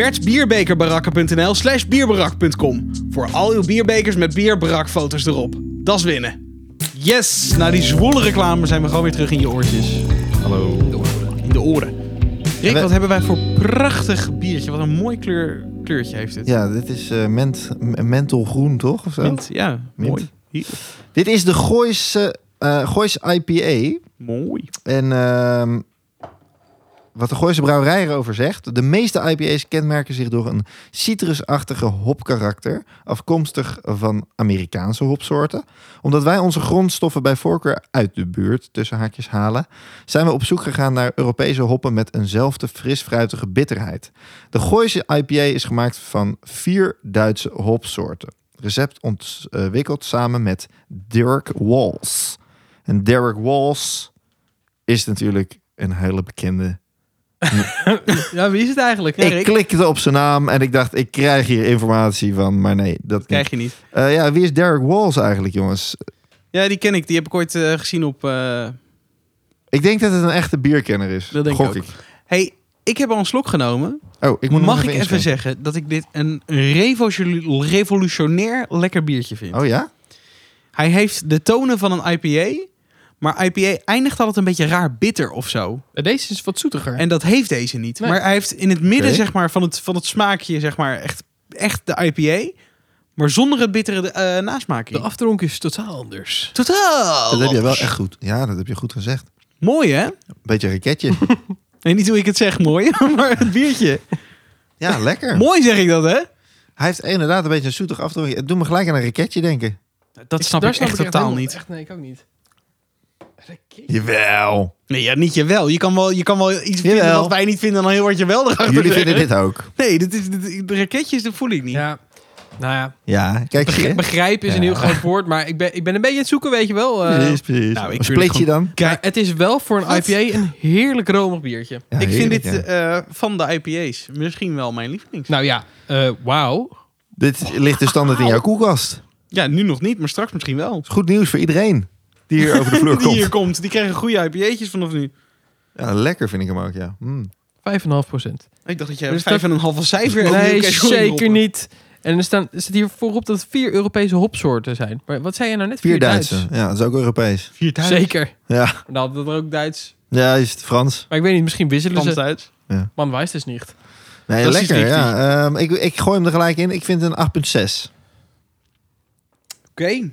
bertsbierbekerbarakken.nl/bierbarak.com voor al uw bierbekers met bierbarakfoto's erop. Dat is winnen. Yes! Na die zwoele reclame zijn we gewoon weer terug in je oortjes. Hallo. In de oren. Rick, wat hebben wij voor prachtig biertje? Wat een mooi kleurtje heeft het. Ja, dit is mentelgroen, toch? Of zo? Mint, ja, Mint. mooi. Hier. Dit is de Goois IPA. Mooi. En wat de Gooise brouwerij erover zegt... de meeste IPA's kenmerken zich door een citrusachtige hopkarakter... afkomstig van Amerikaanse hopsoorten. Omdat wij onze grondstoffen bij voorkeur uit de buurt... tussen haakjes halen... zijn we op zoek gegaan naar Europese hoppen... met eenzelfde frisfruitige bitterheid. De Gooise IPA is gemaakt van 4 Duitse hopsoorten. Recept ontwikkeld samen met Derek Walls. En Derek Walls is natuurlijk een hele bekende... Ja, wie is het eigenlijk? Ik klikte op zijn naam en ik dacht, ik krijg hier informatie van. Maar nee, dat Krijg je niet. Ja, wie is Derek Walls eigenlijk, jongens? Ja, die ken ik. Die heb ik ooit gezien op... Ik denk dat het een echte bierkenner is. Dat denk Gok ik ook. Hey, ik heb al een slok genomen. Oh, ik moet nog Mag ik even inschenken. zeggen dat ik dit een revolutionair lekker biertje vind. Oh ja? Hij heeft de tonen van een IPA... Maar IPA eindigt altijd een beetje raar bitter of zo. Deze is wat zoetiger. En dat heeft deze niet. Nee. Maar hij heeft in het midden Oké. zeg maar, van het smaakje zeg maar, echt de IPA. Maar zonder het bittere nasmaakje. De afdronk is totaal anders. Totaal. Dat heb je wel echt goed. Ja, dat heb je goed gezegd. Mooi hè? Beetje raketje. En niet hoe ik het zeg mooi, maar het biertje. Ja, lekker. Mooi zeg ik dat hè? Hij heeft inderdaad een beetje een zoetig afdruk. Het doet me gelijk aan een raketje denken. Dat snap ik echt totaal helemaal- niet. Echt, nee, ik ook niet. Jawel. Nee, ja, niet jawel. Je kan wel iets vinden Jawel. wat wij niet vinden en dan heel hard jawel erachter Jullie zeggen. vinden dit ook. Nee, de raketjes, dat voel ik niet. Ja, nou ja. Ja, kijk zie je. Begrijpen is een heel groot woord, maar ik ben een beetje aan het zoeken, weet je wel. Precies, precies. nou, ik Een keur het splitje dan? Maar het is wel voor een Wat? IPA een heerlijk romig biertje. Ja, Ik vind heerlijk, dit ja. van de IPA's misschien wel mijn lievelings. Nou ja, wauw. Dit ligt dus standaard in jouw koelkast. Ja, nu nog niet, maar straks misschien wel. Goed nieuws voor iedereen die hier over de vloer Die komt. hier komt, die krijgen goede IPA'tjes vanaf nu. Ja, lekker vind ik hem ook, ja. 5,5%. Ik dacht dat jij Dus 5,5 cijfer... Nee, Oké, sorry, zeker Rob. niet. En er staat hier voorop dat het 4 Europese hopsoorten zijn. Maar wat zei je nou net? 4 Duits? Duitse. Ja, dat is ook Europees. 4 Zeker. Ja, Dan had dat er ook Duits. ja is het Frans. Maar ik weet niet, misschien wisselen ze. Duits. Man weiß het niet. Nee, Dat is lekker. richtig. Ja. Ik gooi hem er gelijk in. Ik vind het een 8,6. Oké.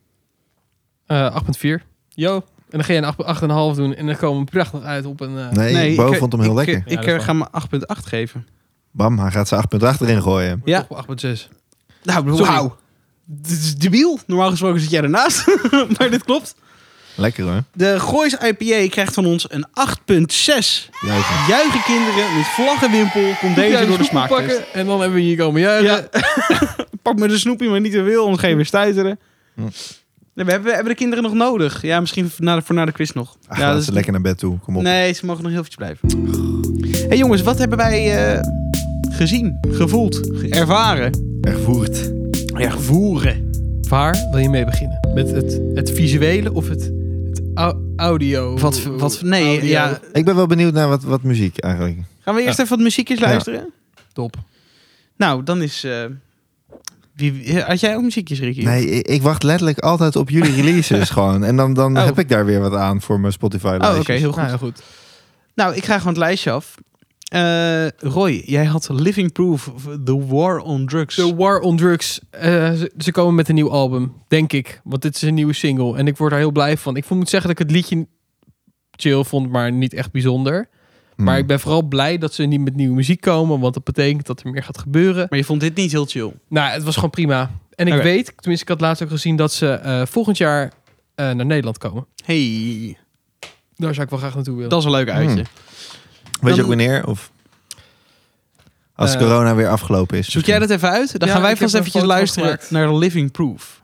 8,4. Jo. En dan ga je een 8,5 doen. En dan komen we prachtig uit op een... Nee, Bo vond hem heel lekker. Ja, dat is waar. ga me 8,8 geven. Bam, hij gaat zijn 8,8 erin gooien. Ja. Toch wel 8,6. Nou, Sorry. wauw. Dit is debiel. Normaal gesproken zit jij ernaast. Maar dit klopt. Lekker hoor. De Goois IPA krijgt van ons een 8,6. Juichen. Juichen kinderen met vlaggenwimpel. Komt deze Ja, door de snoep smaaktest. pakken en dan hebben we hier komen juichen. Ja. Pak me de snoepie, maar niet te veel. Anders ga je weer stuiteren. Hm. Nee, we hebben de kinderen nog nodig. Ja, misschien voor na de quiz nog. Ach, ja, laat dat ze is- lekker naar bed toe. Kom op. Nee, ze mogen nog heel eventjes blijven. Hey jongens, wat hebben wij gezien, gevoeld, ervaren? Ervoerd. Ervoeren. Waar wil je mee beginnen? Met het visuele of het audio? Nee, Audio. ja. Ik ben wel benieuwd naar wat muziek eigenlijk. Gaan we eerst even wat muziekjes luisteren? Top. Nou, dan is... had jij ook muziekjes, Ricky? Nee, ik wacht letterlijk altijd op jullie releases gewoon. En dan Oh. heb ik daar weer wat aan voor mijn Spotify lijstjes. Oh, oké, heel goed. Nou, heel goed. Nou, ik ga gewoon het lijstje af. Roy, jij had Living Proof of The War on Drugs. The War on Drugs. Ze komen met een nieuw album, denk ik. Want dit is een nieuwe single. En ik word daar heel blij van. Ik moet zeggen dat ik het liedje chill vond, maar niet echt bijzonder. Maar ik ben vooral blij dat ze niet met nieuwe muziek komen. Want dat betekent dat er meer gaat gebeuren. Maar je vond dit niet heel chill? Nou, het was gewoon prima. En ik Oké. weet, tenminste ik had laatst ook gezien... dat ze volgend jaar naar Nederland komen. Hey, Daar zou ik wel graag naartoe willen. dat is een leuk uitje. Weet je Dan- ook wanneer? Of als Eh, corona weer afgelopen is? Zoek jij dat even uit? Dan Ja, gaan wij ik heb vast er eventjes een foto van luisteren gemaakt. naar Living Proof.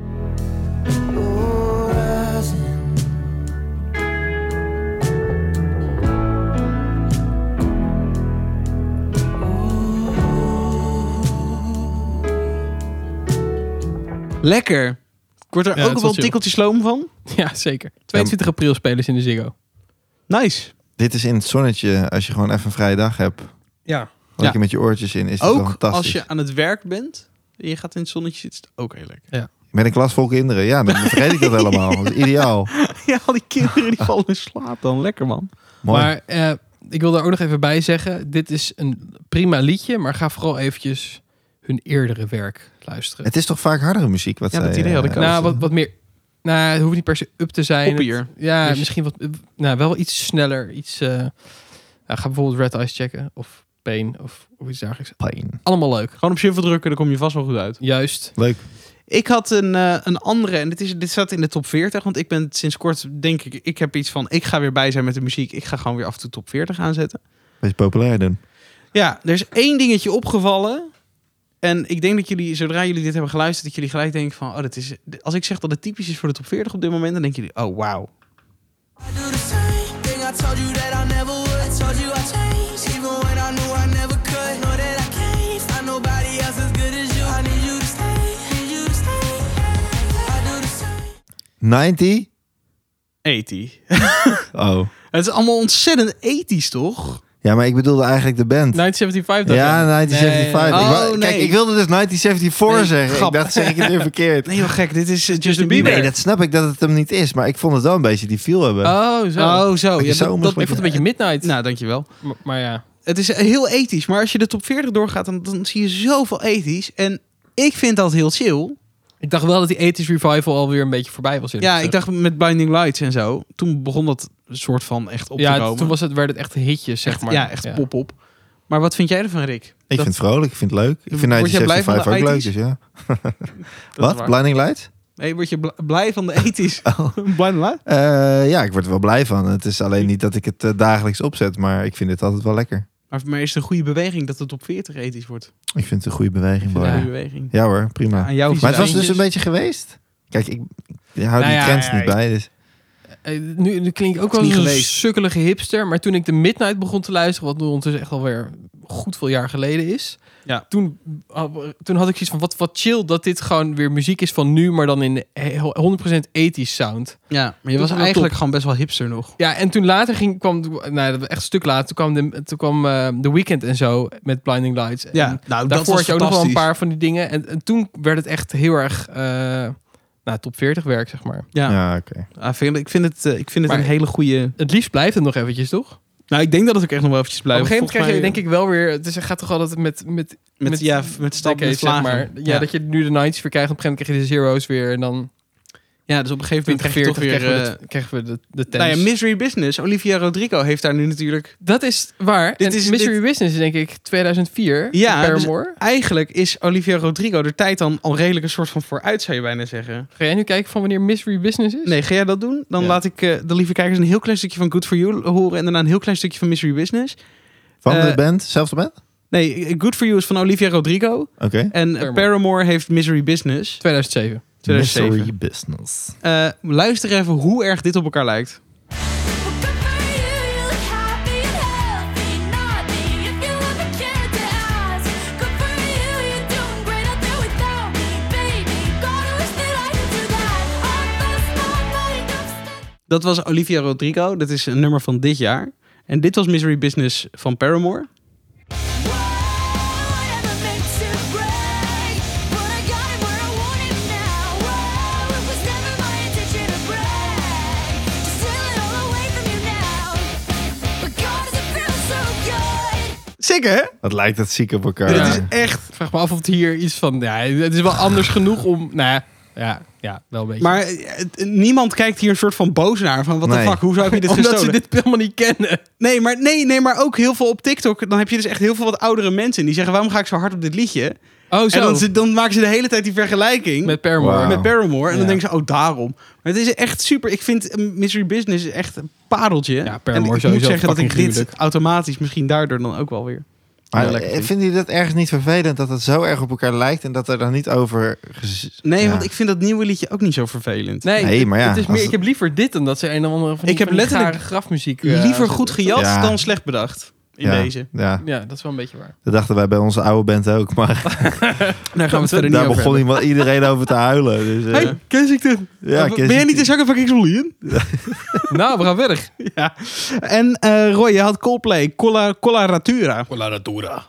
Lekker. Ik word er Ja, het ook is wel wel een tikkeltje sloom van. Ja, zeker. 22 april spelen ze in de Ziggo. Nice. Dit is in het zonnetje, als je gewoon even een vrije dag hebt. Ja. Lekker met je oortjes in, is het wel Ook fantastisch. als je aan het werk bent en je gaat in het zonnetje zitten, is het ook heel lekker. Met een klas vol kinderen. Ja, dan vergeet ik dat helemaal. Dat is ideaal. Ja, al die kinderen die vallen in slaap dan. Lekker, man. Mooi. Maar ik wil daar ook nog even bij zeggen. Dit is een prima liedje, maar ga vooral eventjes hun eerdere werk luisteren. Het is toch vaak hardere muziek? Wat Ja, zij, dat idee had ik ook. Nou, wat meer... Nou, het hoeft niet per se up te zijn. Poppier. Ja, Dus- misschien wat... wel iets sneller. Iets... ga bijvoorbeeld Red Eyes checken. Of Pain. Of iets dergelijks. Plain. Allemaal leuk. Gewoon op shuffle drukken, dan kom je vast wel goed uit. Juist. Leuk. Ik had een andere, en dit staat in de top 40, want ik ben sinds kort, denk ik heb iets van, ik ga weer bij zijn met de muziek. Ik ga gewoon weer af en toe top 40 aanzetten. Beetje populair doen. Ja, er is één dingetje opgevallen. En ik denk dat jullie, zodra jullie dit hebben geluisterd, dat jullie gelijk denken van, dat is, als ik zeg dat het typisch is voor de top 40 op dit moment, dan denken jullie, oh wauw. I do the same thing I told you that I never would. I told you I changed, even when I knew I never could. Know that I can't find nobody else as good as you. I need you to stay, need you to stay. I do the same. 90? 80. Oh. Het is allemaal ontzettend ethisch, toch? Ja, maar ik bedoelde eigenlijk de band. 1975 dan. Ja, 1975. Nee. Ik Oh, Kijk, nee. ik wilde dus 1974 Nee, zeggen. grap. Ik dacht, zeg ik het weer verkeerd. Nee, joh, gek. Dit is Justin Bieber. Bieber. Nee, dat snap ik dat het hem niet is. Maar ik vond het wel een beetje die feel hebben. Oh, zo. Oh, zo. je Ja, zo dat, moest Ik vond het een beetje Midnight. nou, dankjewel. Maar ja. Het is heel ethisch, maar als je de top 40 doorgaat, dan zie je zoveel ethisch. En ik vind dat heel chill. Ik dacht wel dat die 80s revival alweer een beetje voorbij was. Ja, ik dacht met Blinding Lights en zo. Toen begon dat soort van echt op te komen. toen werd het echt hitjes, zeg maar. Ja, echt pop-op. Maar wat vind jij ervan, Rick? Ik Dat- vind het vrolijk, ik vind het leuk. Ik vind Word jij blij van 1975 de ook leuk, 80s? dus ja. dat is Wat? waar. Blinding Lights? Nee, word je blij van de ethisch? Oh. Blinding Lights? Ja, ik word er wel blij van. Het is alleen niet dat ik het dagelijks opzet, maar ik vind het altijd wel lekker. Maar is het een goede beweging dat het top 40 ethisch wordt? Ik vind het een goede beweging. Een Boy. goede beweging. Ja hoor, prima. Aan jou Maar het was dus eindjes. een beetje geweest. Kijk, ik hou Nou die ja, trends ja, niet bij. Dus. Nu klink ik ook Het is wel niet als een geweest. sukkelige hipster. Maar toen ik de Midnight begon te luisteren, wat nu ondertussen echt alweer goed veel jaar geleden is. Ja. Toen had ik zoiets van, wat chill dat dit gewoon weer muziek is van nu, maar dan in 100% ethisch sound. Ja, maar je Dat was is wel eigenlijk top. gewoon best wel hipster nog. Ja, en toen later kwam echt een stuk later, toen kwam The Weeknd en zo met Blinding Lights. Ja, En nou, dat daarvoor was had je ook nog wel een fantastisch. paar van die dingen. En toen werd het echt heel erg top 40 werk, zeg maar. Ja, Ja, oké. ik vind het Maar- een hele goede... Het liefst blijft het nog eventjes, toch? Nou, ik denk dat het ook echt nog wel eventjes Op een blijft. gegeven moment krijg je denk ik wel weer... Het gaat toch altijd met met stap, decades, met slagen. zeg maar. Ja, dat je nu de 90's weer krijgt. Op een gegeven moment krijg je de zeros weer. En dan Ja, dus op een gegeven moment 2040 krijg je toch weer... krijgen we de tens. nou ja, Misery Business. Olivia Rodrigo heeft daar nu natuurlijk... Dat is waar. Dit En is- Mystery Business is denk ik 2004. Ja, met dus Paramore. eigenlijk is Olivia Rodrigo de tijd dan al redelijk een soort van vooruit, zou je bijna zeggen. Ga jij nu kijken van wanneer Mystery Business is? Nee, ga jij dat doen? Dan Ja. laat ik de lieve kijkers een heel klein stukje van Good For You horen en daarna een heel klein stukje van Misery Business. Van de Eh, band? Zelfde band? Nee, Good For You is van Olivia Rodrigo Oké. en Paramore. Paramore heeft Misery Business. 2007. 2007. Mystery Business. Luister even hoe erg dit op elkaar lijkt. Well, good for you, you look happy and healthy. Not me, if you ever cared to ask. Good for you, you're doing great out there without me, baby. Gotta wish that I could do that. All the small money comes Dat was Olivia Rodrigo. Dat is een nummer van dit jaar. En dit was Misery Business van Paramore. whatever makes it break. But I got it where I want it now. Whoa, it was never my intention to break. Just steal it all away from you now. But God, does it feel so good? Sick, hè? Dat lijkt het ziek op elkaar. Dit Ja. is echt... Ik vraag me af of het hier iets van... Ja, het is wel anders genoeg om... Nou ja, wel een beetje. Maar niemand kijkt hier een soort van boos naar. Van, what the Nee. fuck, hoe zou ik je dit omdat gestolen? ze dit helemaal niet kennen. Nee, maar ook heel veel op TikTok. Dan heb je dus echt heel veel wat oudere mensen. Die zeggen, waarom ga ik zo hard op dit liedje? Oh, zo. En dan maken ze de hele tijd die vergelijking Met Paramore. Wauw. met Paramore. En dan Ja. denken ze, oh, daarom. Maar het is echt super. Ik vind Misery Business echt een pareltje. Ja, Paramore en ik sowieso moet zeggen dat ik fucking dit gruwelijk. automatisch misschien daardoor dan ook wel weer... Maar heel lekker vind. vinden jullie dat ergens niet vervelend dat het zo erg op elkaar lijkt en dat er dan niet over... Nee, Ja. want ik vind dat nieuwe liedje ook niet zo vervelend. Nee, maar ja, Het is als meer, ik heb liever dit dan dat ze een of andere van die, Ik heb van die letterlijk gare grafmuziek. Liever aanzetten. goed gejat Ja. dan slecht bedacht. In Ja, deze. Ja, Ja, dat is wel een beetje waar. dat dachten wij bij onze oude band ook. Maar Daar gaan we het verder niet daar over begon hebben. iedereen over te huilen. Dus, Hey, Kensington. ja, ben jij niet de zanger van Kings of Leon? Nou, we gaan verder. Ja. En Roy, je had Coldplay. Coloratura. Coloratura.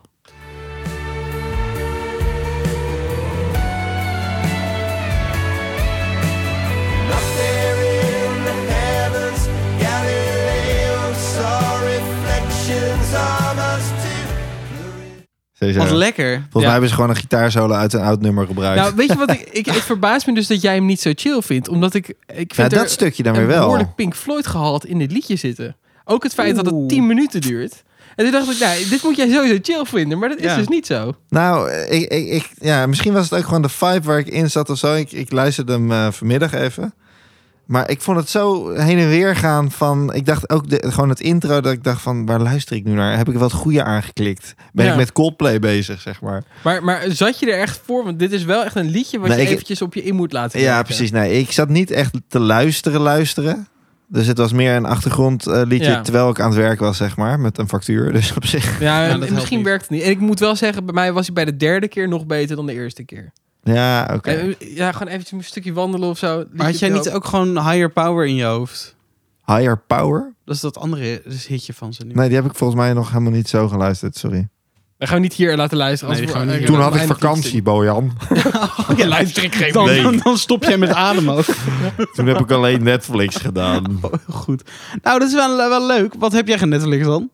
Sowieso. Wat lekker. Volgens mij hebben ze gewoon een gitaarsolo uit een oud nummer gebruikt. Nou, weet je wat? Het verbaast me dus dat jij hem niet zo chill vindt. Omdat ik vind Ja, dat er stukje dan weer een wel. behoorlijk Pink Floyd gehaald in dit liedje zitten. Ook het feit dat het 10 minuten duurt. En toen dacht ik, nou, dit moet jij sowieso chill vinden. Maar dat is Ja. dus niet zo. Nou, ja, misschien was het ook gewoon de vibe waar ik in zat of zo. Ik luisterde hem vanmiddag even. Maar ik vond het zo heen en weer gaan van... Ik dacht ook gewoon het intro dat ik dacht van... Waar luister ik nu naar? Heb ik wat goede aangeklikt? Ben Ja. ik met Coldplay bezig, zeg maar? Maar zat je er echt voor? Want dit is wel echt een liedje wat Nee, je ik- eventjes op je in moet laten Ja, werken. precies. Nee, ik zat niet echt te luisteren. Dus het was meer een achtergrondliedje Ja. terwijl ik aan het werk was, zeg maar. Met een factuur, dus op zich. Ja, Ja, dat helpt misschien niet. werkt het niet. En ik moet wel zeggen, bij mij was hij bij de derde keer nog beter dan de eerste keer. Ja, oké. Ja, gewoon eventjes een stukje wandelen of zo. Maar had jij niet ook gewoon Higher Power in je hoofd? Higher Power? Dat is dat andere hitje van ze nu. Nee, die heb ik volgens mij nog helemaal niet zo geluisterd, sorry. We gaan we niet hier laten luisteren. Nee, die gaan we niet Toen Ja, had ik eindig vakantie, Bojan. Ja, luister ik geen dan stop jij met adem ook. Toen heb ik alleen Netflix gedaan. Oh, heel goed. Nou, dat is wel leuk. Wat heb jij Netflix dan?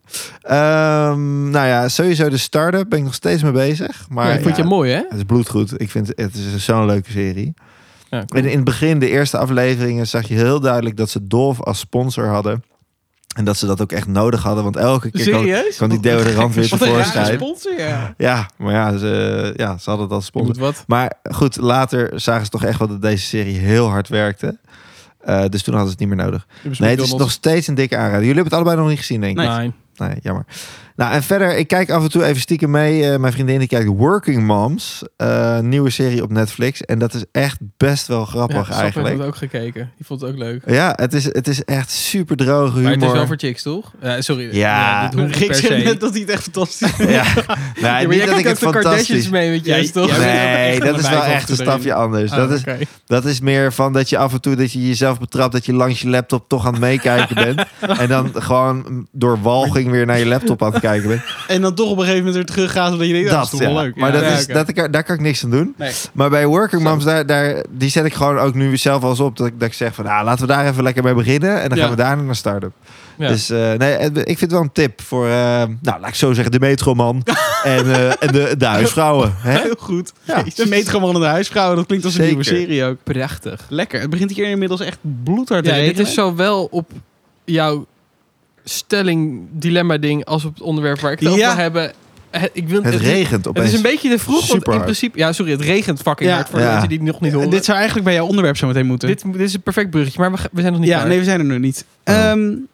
Nou ja, sowieso de start-up ben ik nog steeds mee bezig. Maar Ja, ik vond je mooi, hè? het is bloedgoed. Ik vind het is zo'n leuke serie. Ja, In het begin, de eerste afleveringen, zag je heel duidelijk dat ze Dove als sponsor hadden. En dat ze dat ook echt nodig hadden. Want elke keer Serieus? kwam die deodorant weer Wat een rare tevoorschijn. sponsor, ja. Ja, maar ja, ze hadden dat als Je sponsor. moet wat. Maar goed, later zagen ze toch echt wel dat deze serie heel hard werkte. Dus toen hadden ze het niet meer nodig. Nee, het is nog steeds een dikke aanrader. Jullie hebben het allebei nog niet gezien, denk ik. Nee. Nee, jammer. Nou, en verder, ik kijk af en toe even stiekem mee. Mijn vriendin die kijkt Working Moms. Nieuwe serie op Netflix. En dat is echt best wel grappig Ja, eigenlijk. Ik heb het ook gekeken. Die vond het ook leuk. Ja, het is echt super droge humor. Maar het is wel voor chicks, toch? Sorry. Ja. dit hoeft niet Rick per zei se. net dat hij het echt fantastisch vond. Ja, nee, Ja, maar niet jij dat ik kijkt het ook de Kardashians fantastisch... mee met Jess, toch? jij bent ook Nee, echt dat een is wel bijvangst echt een erin. stapje anders. Oh, oké. Dat is meer van dat je af en toe dat je jezelf betrapt dat je langs je laptop toch aan het meekijken bent. En dan gewoon door walging weer naar je laptop aan het kijken bent. En dan toch op een gegeven moment weer terug gaat, omdat je denkt, dat is toch wel leuk. Maar Ja. daar kan ik niks aan doen. Nee. Maar bij Working Moms, die zet ik gewoon ook nu zelf al eens op. Dat ik zeg van, laten we daar even lekker mee beginnen. En dan Ja. gaan we daarna naar start-up. Ja. Dus nee, ik vind het wel een tip voor, laat ik zo zeggen, de metroman en de huisvrouwen. Hè? Heel goed. Ja. De meetgeman en de huisvrouw, dat klinkt als een Zeker. nieuwe serie ook. Prachtig. Lekker. Het begint hier inmiddels echt bloedhard te Ja, dit regenen. is zowel op jouw stelling, dilemma-ding als op het onderwerp waar ik het over Ja. wil hebben. Ik wil, Het regent Het opeens. is een beetje te vroeg, want in superhard. principe... Ja, sorry, het regent fucking Ja. hard voor de Ja. mensen die het nog niet horen. Dit zou eigenlijk bij jouw onderwerp zo meteen moeten. Dit is een perfect bruggetje, maar we zijn nog niet Ja, klaar. nee, we zijn er nu niet. Oh.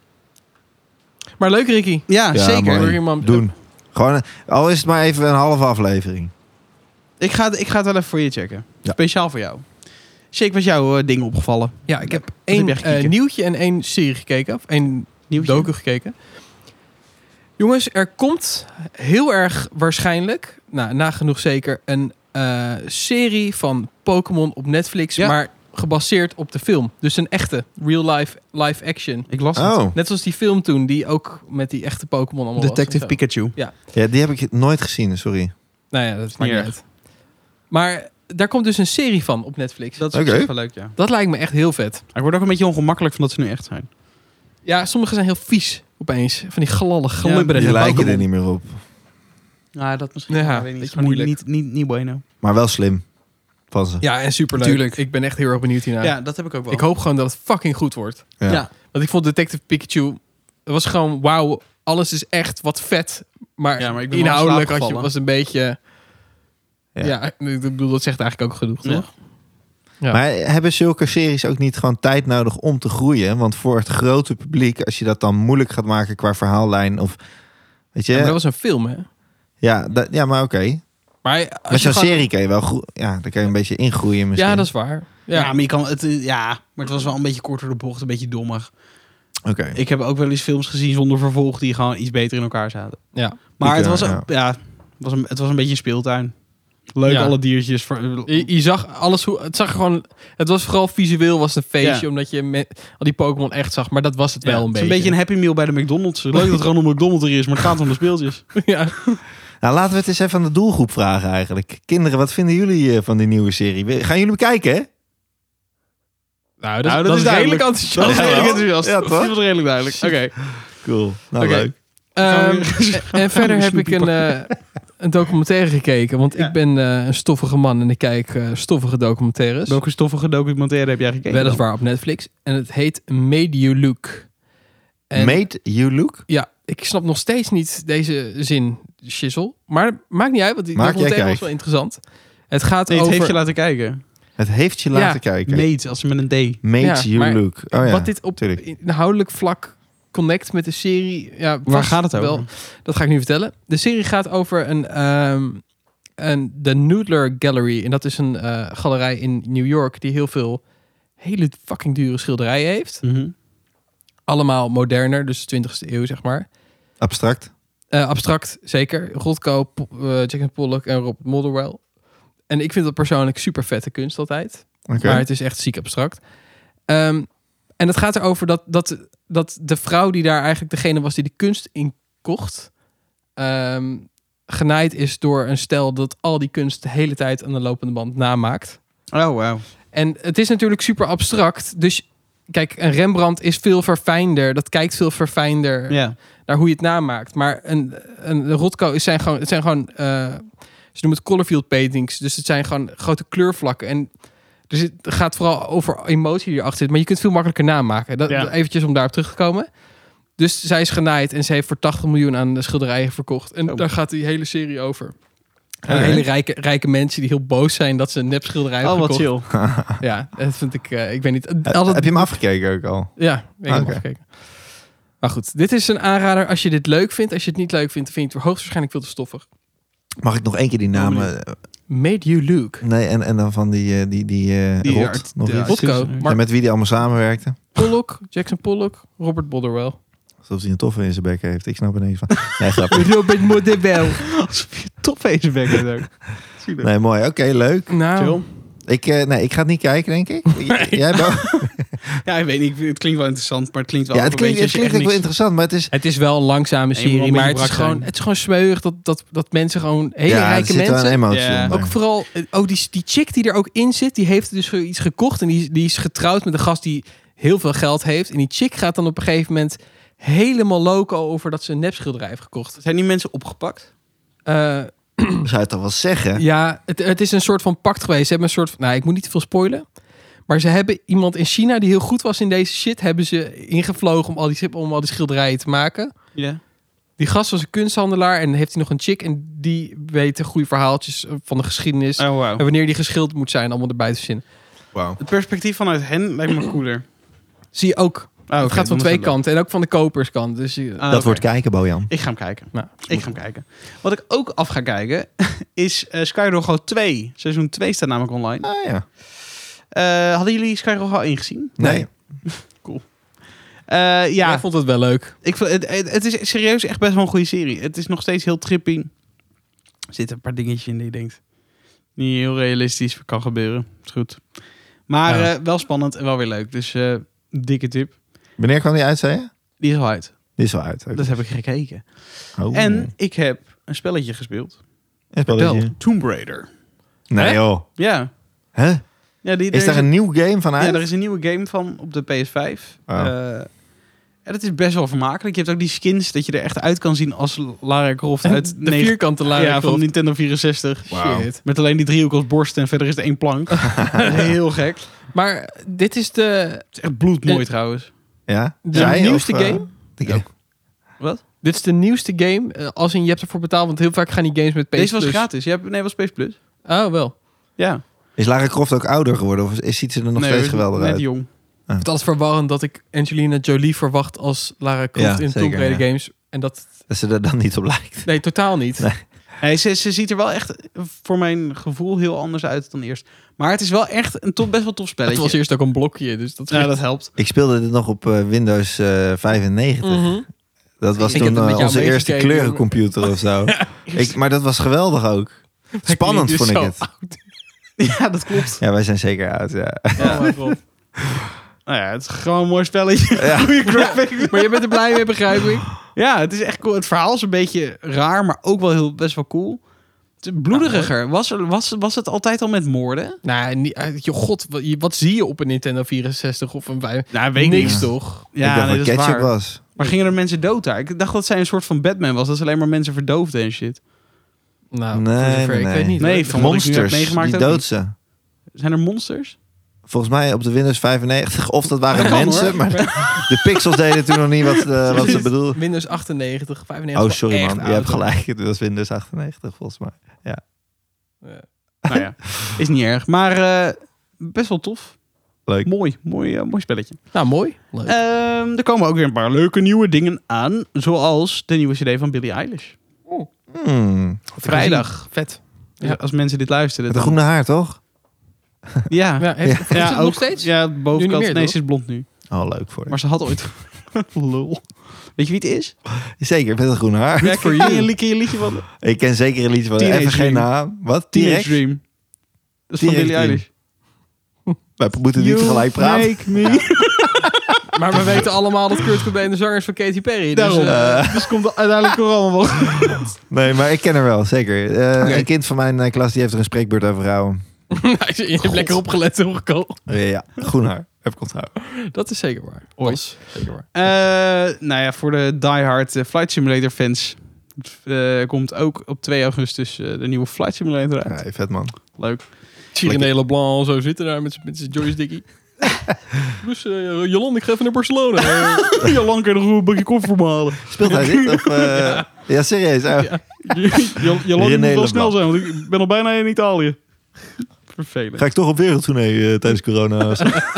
Maar leuk, Ricky. Ja, Ja, zeker. mooi. Working Moms. Doen. Gewoon, al is het maar even een halve aflevering. Ik ga het wel even voor je checken. Ja. Speciaal voor jou. Shake, was jouw ding opgevallen? Ja, ik heb heb één jij gekeken? nieuwtje en één serie gekeken. Of één Nieuwtje? docu gekeken. Jongens, er komt heel erg waarschijnlijk, nagenoeg zeker, een serie van Pokémon op Netflix, Ja. maar gebaseerd op de film. Dus een echte, real-life, live-action. Ik las het. Oh, Net zoals die film toen, die ook met die echte Pokémon allemaal Detective was. en zo. Pikachu. ja, die heb ik nooit gezien, sorry. Nou ja, dat maakt Niet niet erg. uit. Maar daar komt dus een serie van op Netflix. Dat is Oké. op zich wel leuk, ja. Dat lijkt me echt heel vet. Ik word ook een beetje ongemakkelijk van dat ze nu echt zijn. Ja, sommige zijn heel vies opeens. Van die glallen, Ja, glibberige Die lijken Pokémon. er niet meer op. Ja, dat misschien. Ja, ik weet niet. beetje Gewoon moeilijk. Niet bueno. Maar wel slim van ze. Ja, en superleuk. Tuurlijk. Ik ben echt heel erg benieuwd hiernaar. Ja, dat heb ik ook wel. Ik hoop gewoon dat het fucking goed wordt. Ja. Ja. Want ik vond Detective Pikachu... Het was gewoon, wauw, alles is echt wat vet. Maar, Ja, maar ik ben wel in inhoudelijk slaap had je, gevallen. was een beetje... Ja. Ja. Ik bedoel, dat zegt eigenlijk ook genoeg, Ja. toch? Ja. Maar hebben zulke series ook niet gewoon tijd nodig om te groeien? Want voor het grote publiek, als je dat dan moeilijk gaat maken qua verhaallijn of... Weet je? Ja, maar Ja, dat was een film, hè? maar oké. Maar Met als je zo'n gewoon- serie kan je wel ja, dan kan je een beetje ingroeien misschien. Ja, dat is waar. Ja. Ja, maar je kan het. Ja, maar het was wel een beetje kort door de bocht, een beetje dommig. Oké. Ik heb ook wel eens films gezien zonder vervolg die gewoon iets beter in elkaar zaten. ja. Maar het was, ja. het was een beetje een speeltuin. Leuk, Ja. alle diertjes. Je zag alles hoe... Het zag gewoon... Het was vooral visueel was het een feestje, Ja. omdat je al die Pokémon echt zag. Maar dat was het wel een het is beetje. een beetje een Happy Meal bij de McDonald's. Leuk dat het gewoon een McDonald's er is, maar het gaat om de speeltjes. Ja. Nou, laten we het eens even aan de doelgroep vragen eigenlijk. Kinderen, wat vinden jullie van die nieuwe serie? Gaan jullie bekijken, hè? Nou, Nou, dat is redelijk duidelijk. enthousiast. Dat is Ja, redelijk wel. enthousiast. Ja, toch? Dat was redelijk duidelijk. Oké. Cool. Nou, Oké. leuk. En verder heb ik een documentaire gekeken. Want Ja. ik ben een stoffige man en ik kijk stoffige documentaires. Welke stoffige documentaire heb jij gekeken? Weliswaar op Netflix. En het heet Made You Look. En Made you look? ja, ik snap nog steeds niet deze zin, shizzle. Maar maakt niet uit, want die Maak jij documentaire was kijken. wel interessant. Het gaat Nee, het over... heeft je laten kijken. Het heeft je laten kijken. Mate, als ze met een D. Made Ja, you maar look. Oh ja, wat dit op tuurlijk. inhoudelijk vlak connect met de serie. Ja, Waar vast gaat het over? wel. Dat ga ik nu vertellen. De serie gaat over de Noodler Gallery. En dat is een galerij in New York die heel veel hele fucking dure schilderijen heeft. Mhm. Allemaal moderner, dus 20e eeuw zeg maar. Abstract. Abstract, zeker. Rothko, Jackson Pollock en Robert Motherwell. En ik vind dat persoonlijk super vette kunst altijd. Oké. Maar het is echt ziek abstract. En het gaat erover dat de vrouw die daar eigenlijk degene was die de kunst inkocht... genaaid is door een stel dat al die kunst de hele tijd aan de lopende band namaakt. Oh, wauw. En het is natuurlijk super abstract. Dus kijk, een Rembrandt is veel verfijnder. Dat kijkt veel verfijnder Ja. naar hoe je het namaakt. Maar een Rothko het zijn gewoon ze noemen het colorfield paintings. Dus het zijn gewoon grote kleurvlakken. En dus het gaat vooral over emotie die erachter zit. Maar je kunt veel makkelijker namaken. Ja. Eventjes om daarop terug te komen. Dus zij is genaaid en ze heeft voor 80 miljoen aan de schilderijen verkocht. En Oh. daar gaat die hele serie over. En Oké. hele rijke mensen die heel boos zijn dat ze een nepschilderij Oh, hebben wat gekocht. chill. Ja, dat vind ik, ik weet niet. Altijd, Heb je hem afgekeken ook al? Ja, ik heb Oké. hem gekeken. Maar goed, dit is een aanrader als je dit leuk vindt. Als je het niet leuk vindt, vind je het hoogstwaarschijnlijk veel te stoffig. Mag ik nog één keer die namen? Made You Look. Nee, en dan van die Rot. art- Nog de iets. Rothko. artiesten. Maar- En met wie die allemaal samenwerkte. Pollock, Jackson Pollock, Robert Motherwell. Alsof hij een toffe in zijn bek heeft. Ik snap er niks van. Nee, grapje. Robert Motherwell. Alsof je top face bek hebt ook. Zielig. Nee, mooi. Oké, leuk. Nou, Chill. Ik ga het niet kijken, denk ik. Jij wel? Ja, ik weet niet. Het klinkt wel interessant, maar het klinkt wel Ja, het ook een klinkt beetje ook wel interessant, maar het is... het is wel een langzame En je moet wel serie, een maar beetje brak zijn. het is gewoon smeuig dat mensen gewoon hele ja, er rijke zit wel mensen... een emotie Ja. onder. Ook vooral, die chick die er ook in zit, die heeft dus iets gekocht. En die is getrouwd met een gast die heel veel geld heeft. En die chick gaat dan op een gegeven moment helemaal loco over dat ze een nepschilderij heeft gekocht. Zijn die mensen opgepakt? Zou je het toch wel zeggen? Ja, het is een soort van pact geweest. Ze hebben een soort van, nou, ik moet niet te veel spoilen. Maar ze hebben iemand in China die heel goed was in deze shit, hebben ze ingevlogen om al die schilderijen te maken. Ja. Die gast was een kunsthandelaar en heeft hij nog een chick en die weet de goede verhaaltjes van de geschiedenis. Oh, wauw. En wanneer die geschilderd moet zijn, allemaal erbij te zien. Wauw. Het perspectief vanuit hen lijkt me cooler. Zie je ook. Oh, Het gaat van twee kanten en ook van de koperskant. Dus Dat wordt kijken, Bojan. Ik ga hem kijken. Nou, Ik ga hem kijken. Wat ik ook af ga kijken is Skyrogo 2. Seizoen 2 staat namelijk online. Ah ja. Hadden jullie Skyrogo al ingezien? Nee. Ja, Jij vond het wel leuk. ik vond, het is serieus echt best wel een goede serie. Het is nog steeds heel trippy. Er zitten een paar dingetjes in die je denkt. Niet heel realistisch, kan gebeuren. Is goed. Maar Ja. wel spannend en wel weer leuk. Dus dikke tip. Wanneer kwam die uit, zei je? Die is al uit. Die is wel uit. Oké. Dat heb ik gekeken. Oh. En ik heb een spelletje gespeeld. Een spelletje. Tomb Raider. Nee Hè? joh. Ja. Hè? Ja, Is daar een nieuw game van uit? Ja, er is een nieuwe game van op de PS5. Oh. En het is best wel vermakelijk. Je hebt ook die skins dat je er echt uit kan zien als Lara Croft uit De vierkante Lara ja, van Croft. Nintendo 64. Wauw. Shit. Met alleen die driehoek als borst en verder is er één plank. Heel gek. Het Maar dit is de is echt bloedmooi trouwens. Ja? De Zij nieuwste of, game? de game? Wat? Dit is de nieuwste game. Als in je hebt ervoor betaald, want heel vaak gaan die games met PS Deze was Plus. gratis. Nee, was PS Plus. Oh, wel. Ja. Is Lara Croft ook ouder geworden? Of ziet ze er nog steeds geweldig net uit? jong. Ik vind het altijd verwarrend dat ik Angelina Jolie verwacht als Lara Croft Ja, in zeker, Tomb Raider ja. games. En dat... Dat ze er dan niet op lijkt. Nee, totaal niet. Nee. Hey, ze ziet er wel echt voor mijn gevoel heel anders uit dan eerst. Maar het is wel echt een best wel tof Het spelletje. was eerst ook een blokje, dus dat... Ja, dat helpt. Ik speelde dit nog op Windows 95. Mhm. Dat was Ik heb toen het met jou onze eerste meegekeken, kleurencomputer of zo. Maar dat was geweldig ook. Spannend klinkt vond ik dus het. Ja, dat klopt. Ja, wij zijn zeker oud. Ja. Oh mijn god. Nou ja, het is gewoon een mooi spelletje. Ja. Goeie graphics. Maar je bent er blij mee, begrijp ik? Ja, het is echt cool. Het verhaal is een beetje raar, maar ook wel best wel cool. Het is bloederiger. Was het altijd al met moorden? Nou, joh, god, wat zie je op een Nintendo 64 of een 5? Nou, weet ik Niks niet. toch? Ik dacht Ja, nee, dat dat is ketchup waar. was. Maar gingen er mensen dood daar? Ik dacht dat zij een soort van Batman was. Dat ze alleen maar mensen verdoofden en shit. Nou, Nee, voor zover, nee. ik weet niet. Nee, hoor. van wat ik nu heb Monsters, meegemaakt die ook dood niet. ze. Zijn er monsters? Volgens mij op de Windows 95. Of dat waren Dat kan, mensen. hoor. Maar de pixels deden toen nog niet wat ze bedoelden. Windows 98, 95. Oh, sorry echt man. Je hebt oud, hoor. gelijk. Het was Windows 98 volgens mij. Ja. Nou ja, is niet erg. Maar best wel tof. Leuk. Mooi spelletje. Nou, mooi. Leuk. Er komen ook weer een paar leuke nieuwe dingen aan. Zoals de nieuwe cd van Billie Eilish. Vrijdag. Vet. Dus Ja. als mensen dit luisteren. Met een groene haar, toch? Ja. Ja, heeft het Ja, nog steeds? Ja, Nu niet bovenkant. meer, Nee, toch? ze is blond nu. Oh, leuk voor je. Maar ze had ooit... Lul. Weet je wie het is? Zeker, met een groene haar. Ja, ken je een liedje van Ik ken zeker een liedje van Teenage even geen Dream. naam. Wat? Teenage T-Rex? Dream? Dat is van Teenage Billie Dream. Eilish. Wij moeten niet tegelijk praten. Make me. Maar we weten allemaal dat Kurt Cobain de zanger is van Katy Perry. Dus, Daarom. Dus komt het uiteindelijk toch allemaal wel. Nee, maar ik ken haar wel, zeker. Oké. Een kind van mijn klas die heeft er een spreekbeurt over gehouden. je hebt lekker opgelet, hoor ik al. Ja, groen haar. Heb ik onthouden. Dat is zeker waar. Ooit. Was zeker waar. Nou ja, voor de diehard Flight Simulator fans komt ook op 2 augustus de nieuwe Flight Simulator uit. Ja, vet man. Leuk. René Leblanc zo zitten daar met zijn Joyce Dickie. Dus Jolande, ik ga even naar Barcelona. Ja, lang kan je nog een bakje koffie voor me halen. Speelt hij dit? Of, ja, serieus. Oh. Ja. Je lang René moet wel Leblanc. snel zijn, want ik ben al bijna in Italië. Vervelend. Ga ik toch op wereldtournee tijdens corona?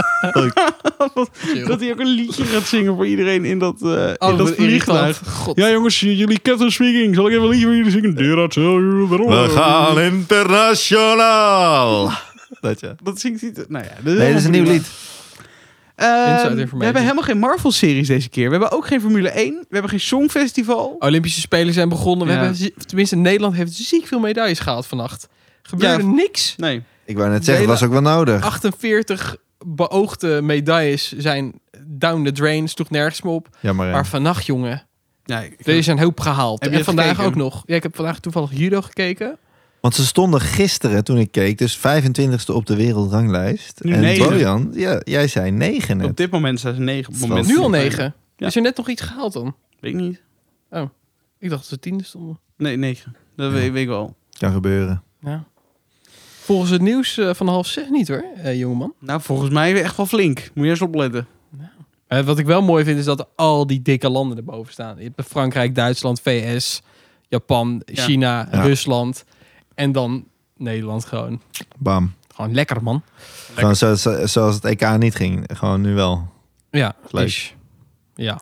Dat hij ook een liedje gaat zingen voor iedereen in dat, in dat wat irritant. vliegtuig. God. Ja jongens, jullie captain speaking. Zal ik even een liedje voor jullie zingen? Did I tell you that We gaan internationaal. Dat ja. Dat zingt hij. Nou ja, Nee, dat is een nieuw lied. Inside we information. hebben helemaal geen Marvel-series deze keer. We hebben ook geen Formule 1. We hebben geen Songfestival. Olympische Spelen zijn begonnen. We Ja. hebben, tenminste, Nederland heeft ziek veel medailles gehaald vannacht. Gebeurde niks. Nee. Ik wou net zeggen, dat was ook wel nodig. 48 beoogde medailles zijn down the drain. Sloeg nergens meer op. Jammer hè. Maar vannacht, jongen, Ja, er is een hoop gehaald. Heb je En het vandaag gekeken? ook nog. Ja, ik heb vandaag toevallig judo gekeken. Want ze stonden gisteren, toen ik keek, dus 25e op de wereldranglijst. Nu en 9. Bojan, ja, jij zei 9 net. op dit moment zijn ze 9. Op het Dat moment is Nu al van- 9. Ja. Is er net nog iets gehaald dan? Weet ik niet. Ik dacht dat ze 10e stonden. Nee, 9. Dat weet ik wel. Kan gebeuren. Ja. Volgens het nieuws van 5:30 niet hoor, jongeman. Nou, volgens mij echt wel flink. Moet je eens opletten. Wat ik wel mooi vind is dat al die dikke landen erboven staan. Je hebt Frankrijk, Duitsland, VS, Japan, Ja. China, Ja. Rusland. En dan Nederland gewoon. Bam. Gewoon lekker man. Gewoon zoals het EK niet ging. Gewoon nu wel. Ja, Leuk. is. Ja.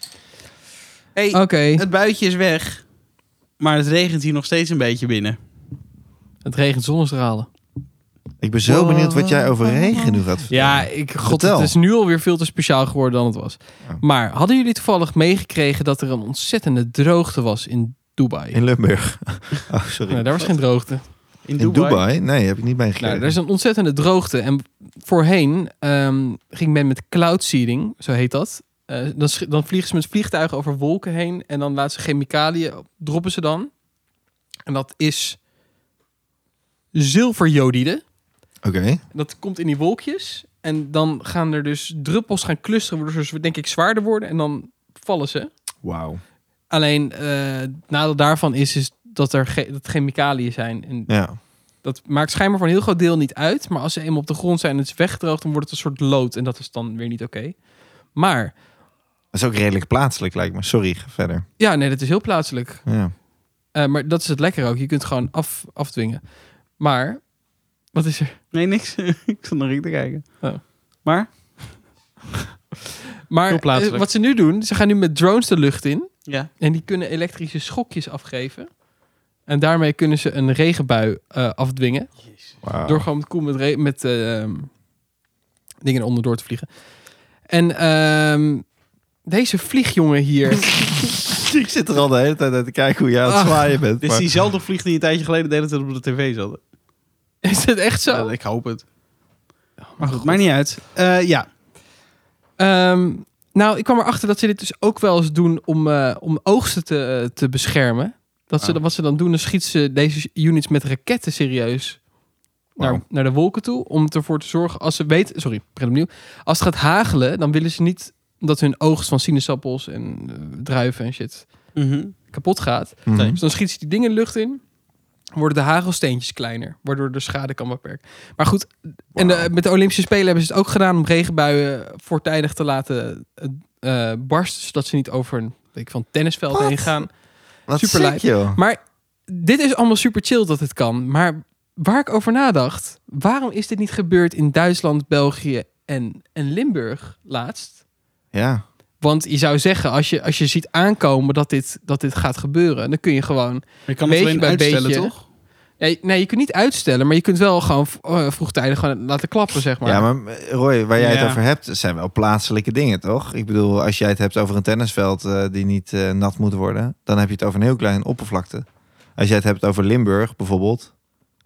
Hey, Oké. het buitje is weg. Maar het regent hier nog steeds een beetje binnen. Het regent zonnestralen. Ik ben zo benieuwd wat jij over regen nu gaat vertellen. Ja, god, Vertel. het is nu alweer veel te speciaal geworden dan het was. Ja. Maar hadden jullie toevallig meegekregen dat er een ontzettende droogte was in Dubai? In Limburg. Oh, sorry. Nee, daar was geen droogte. In In Dubai? Nee, heb ik niet Nou, meegekregen. er is een ontzettende droogte. En voorheen ging men met cloud seeding, zo heet dat. Dan vliegen ze met vliegtuigen over wolken heen. En dan laten ze chemicaliën, droppen ze dan. En dat is zilverjodide. Oké. Dat komt in die wolkjes. En dan gaan er dus druppels gaan clusteren, waardoor ze denk ik zwaarder worden. En dan vallen ze. Wauw. Alleen het nadeel daarvan is dat er dat chemicaliën zijn. En Ja. dat maakt schijnbaar voor een heel groot deel niet uit. Maar als ze eenmaal op de grond zijn en het is weggedroogd, dan wordt het een soort lood. En dat is dan weer niet oké. Maar Dat is ook redelijk plaatselijk, lijkt me. Sorry, ga verder. ja, nee, dat is heel plaatselijk. Ja. Maar dat is het lekker ook. Je kunt gewoon afdwingen. Maar, wat is er? Nee, niks. Ik zat nog niet te kijken. Oh. Maar? Maar Heel plaatselijk. wat ze nu doen, ze gaan nu met drones de lucht in. Ja. En die kunnen elektrische schokjes afgeven. En daarmee kunnen ze een regenbui afdwingen. Wauw. Door gewoon met dingen onderdoor te vliegen. En deze vliegjongen hier... Ik zit er al de hele tijd naar te kijken hoe jij aan het Ach, zwaaien bent. Dit is maar- diezelfde vlieg die een tijdje geleden de hele tijd op de tv zat. Is het echt zo? Ja, ik hoop het. Maar goed, maakt niet uit. Ja. Nou, ik kwam erachter dat ze dit dus ook wel eens doen om oogsten te beschermen. Wat ze dan doen, dan schieten ze deze units met raketten serieus Wauw. naar de wolken toe. Om ervoor te zorgen, als ze weten... Sorry, ik begin opnieuw. Als het gaat hagelen, dan willen ze niet dat hun oogst van sinaasappels en druiven en shit Mhm. kapot gaat. Mhm. Dus dan schieten ze die dingen de lucht in. worden de hagelsteentjes kleiner, waardoor de schade kan beperken. Maar goed, en met de Olympische Spelen hebben ze het ook gedaan om regenbuien voortijdig te laten barsten, zodat ze niet over een van tennisveld heen gaan. Wat super sick, lijp. joh. Maar dit is allemaal super chill dat het kan. Maar waar ik over nadacht, waarom is dit niet gebeurd in Duitsland, België en Limburg laatst? Ja. Want je zou zeggen, als je ziet aankomen dat dit gaat gebeuren, dan kun je gewoon... Maar je kan het beetje alleen bij uitstellen, beetje- toch? Ja, nee, je kunt niet uitstellen, maar je kunt wel gewoon vroegtijdig gewoon laten klappen, zeg maar. Ja, maar Roy, waar jij het Ja. over hebt, zijn wel plaatselijke dingen, toch? Ik bedoel, als jij het hebt over een tennisveld die niet nat moet worden, dan heb je het over een heel klein oppervlakte. Als jij het hebt over Limburg bijvoorbeeld,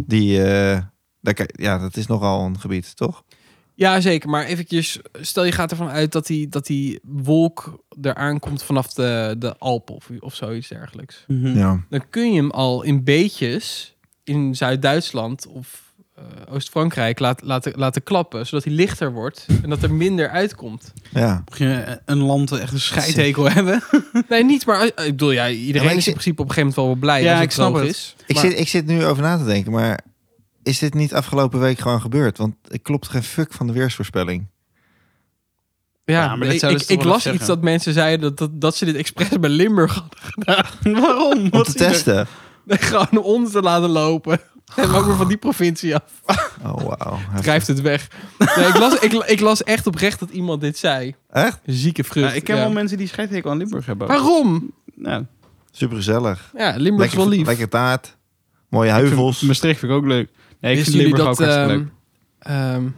dat is nogal een gebied, toch? Ja, zeker. Maar eventjes, stel je gaat ervan uit dat die wolk eraan komt vanaf de Alpen of zoiets dergelijks. Ja. Dan kun je hem al in beetjes in Zuid-Duitsland of Oost-Frankrijk laten klappen, zodat hij lichter wordt en dat er minder uitkomt. Ja. Mocht je een land echt een scheidhekel hebben. Nee, niet, maar ik bedoel, ja, iedereen ik is in zie- principe op een gegeven moment wel blij Ja, als ik het snap droog het. is. Ik, Maar- zit nu over na te denken, maar is dit niet afgelopen week gewoon gebeurd? Want ik klopt geen fuck van de weersvoorspelling. Ja, maar dat zouden ze toch ik wel las zeggen. iets dat mensen zeiden dat ze dit expres bij Limburg hadden gedaan. Waarom? Om te testen. Nee, gewoon om ons te laten lopen. En ook weer van die provincie af. Oh, wauw. Drijft het weg. Nee, ik las echt oprecht dat iemand dit zei. Echt? Zieke vrucht. Ja, ik ken ja. wel mensen die scheidhekel aan Limburg hebben. Waarom? Nou, Super gezellig. Ja, Limburg is wel lief. Lekker taart. Mooie heuvels. Maastricht vind ik ook leuk. Nee, ik Wisten vind jullie Limburg ook hartstikke leuk.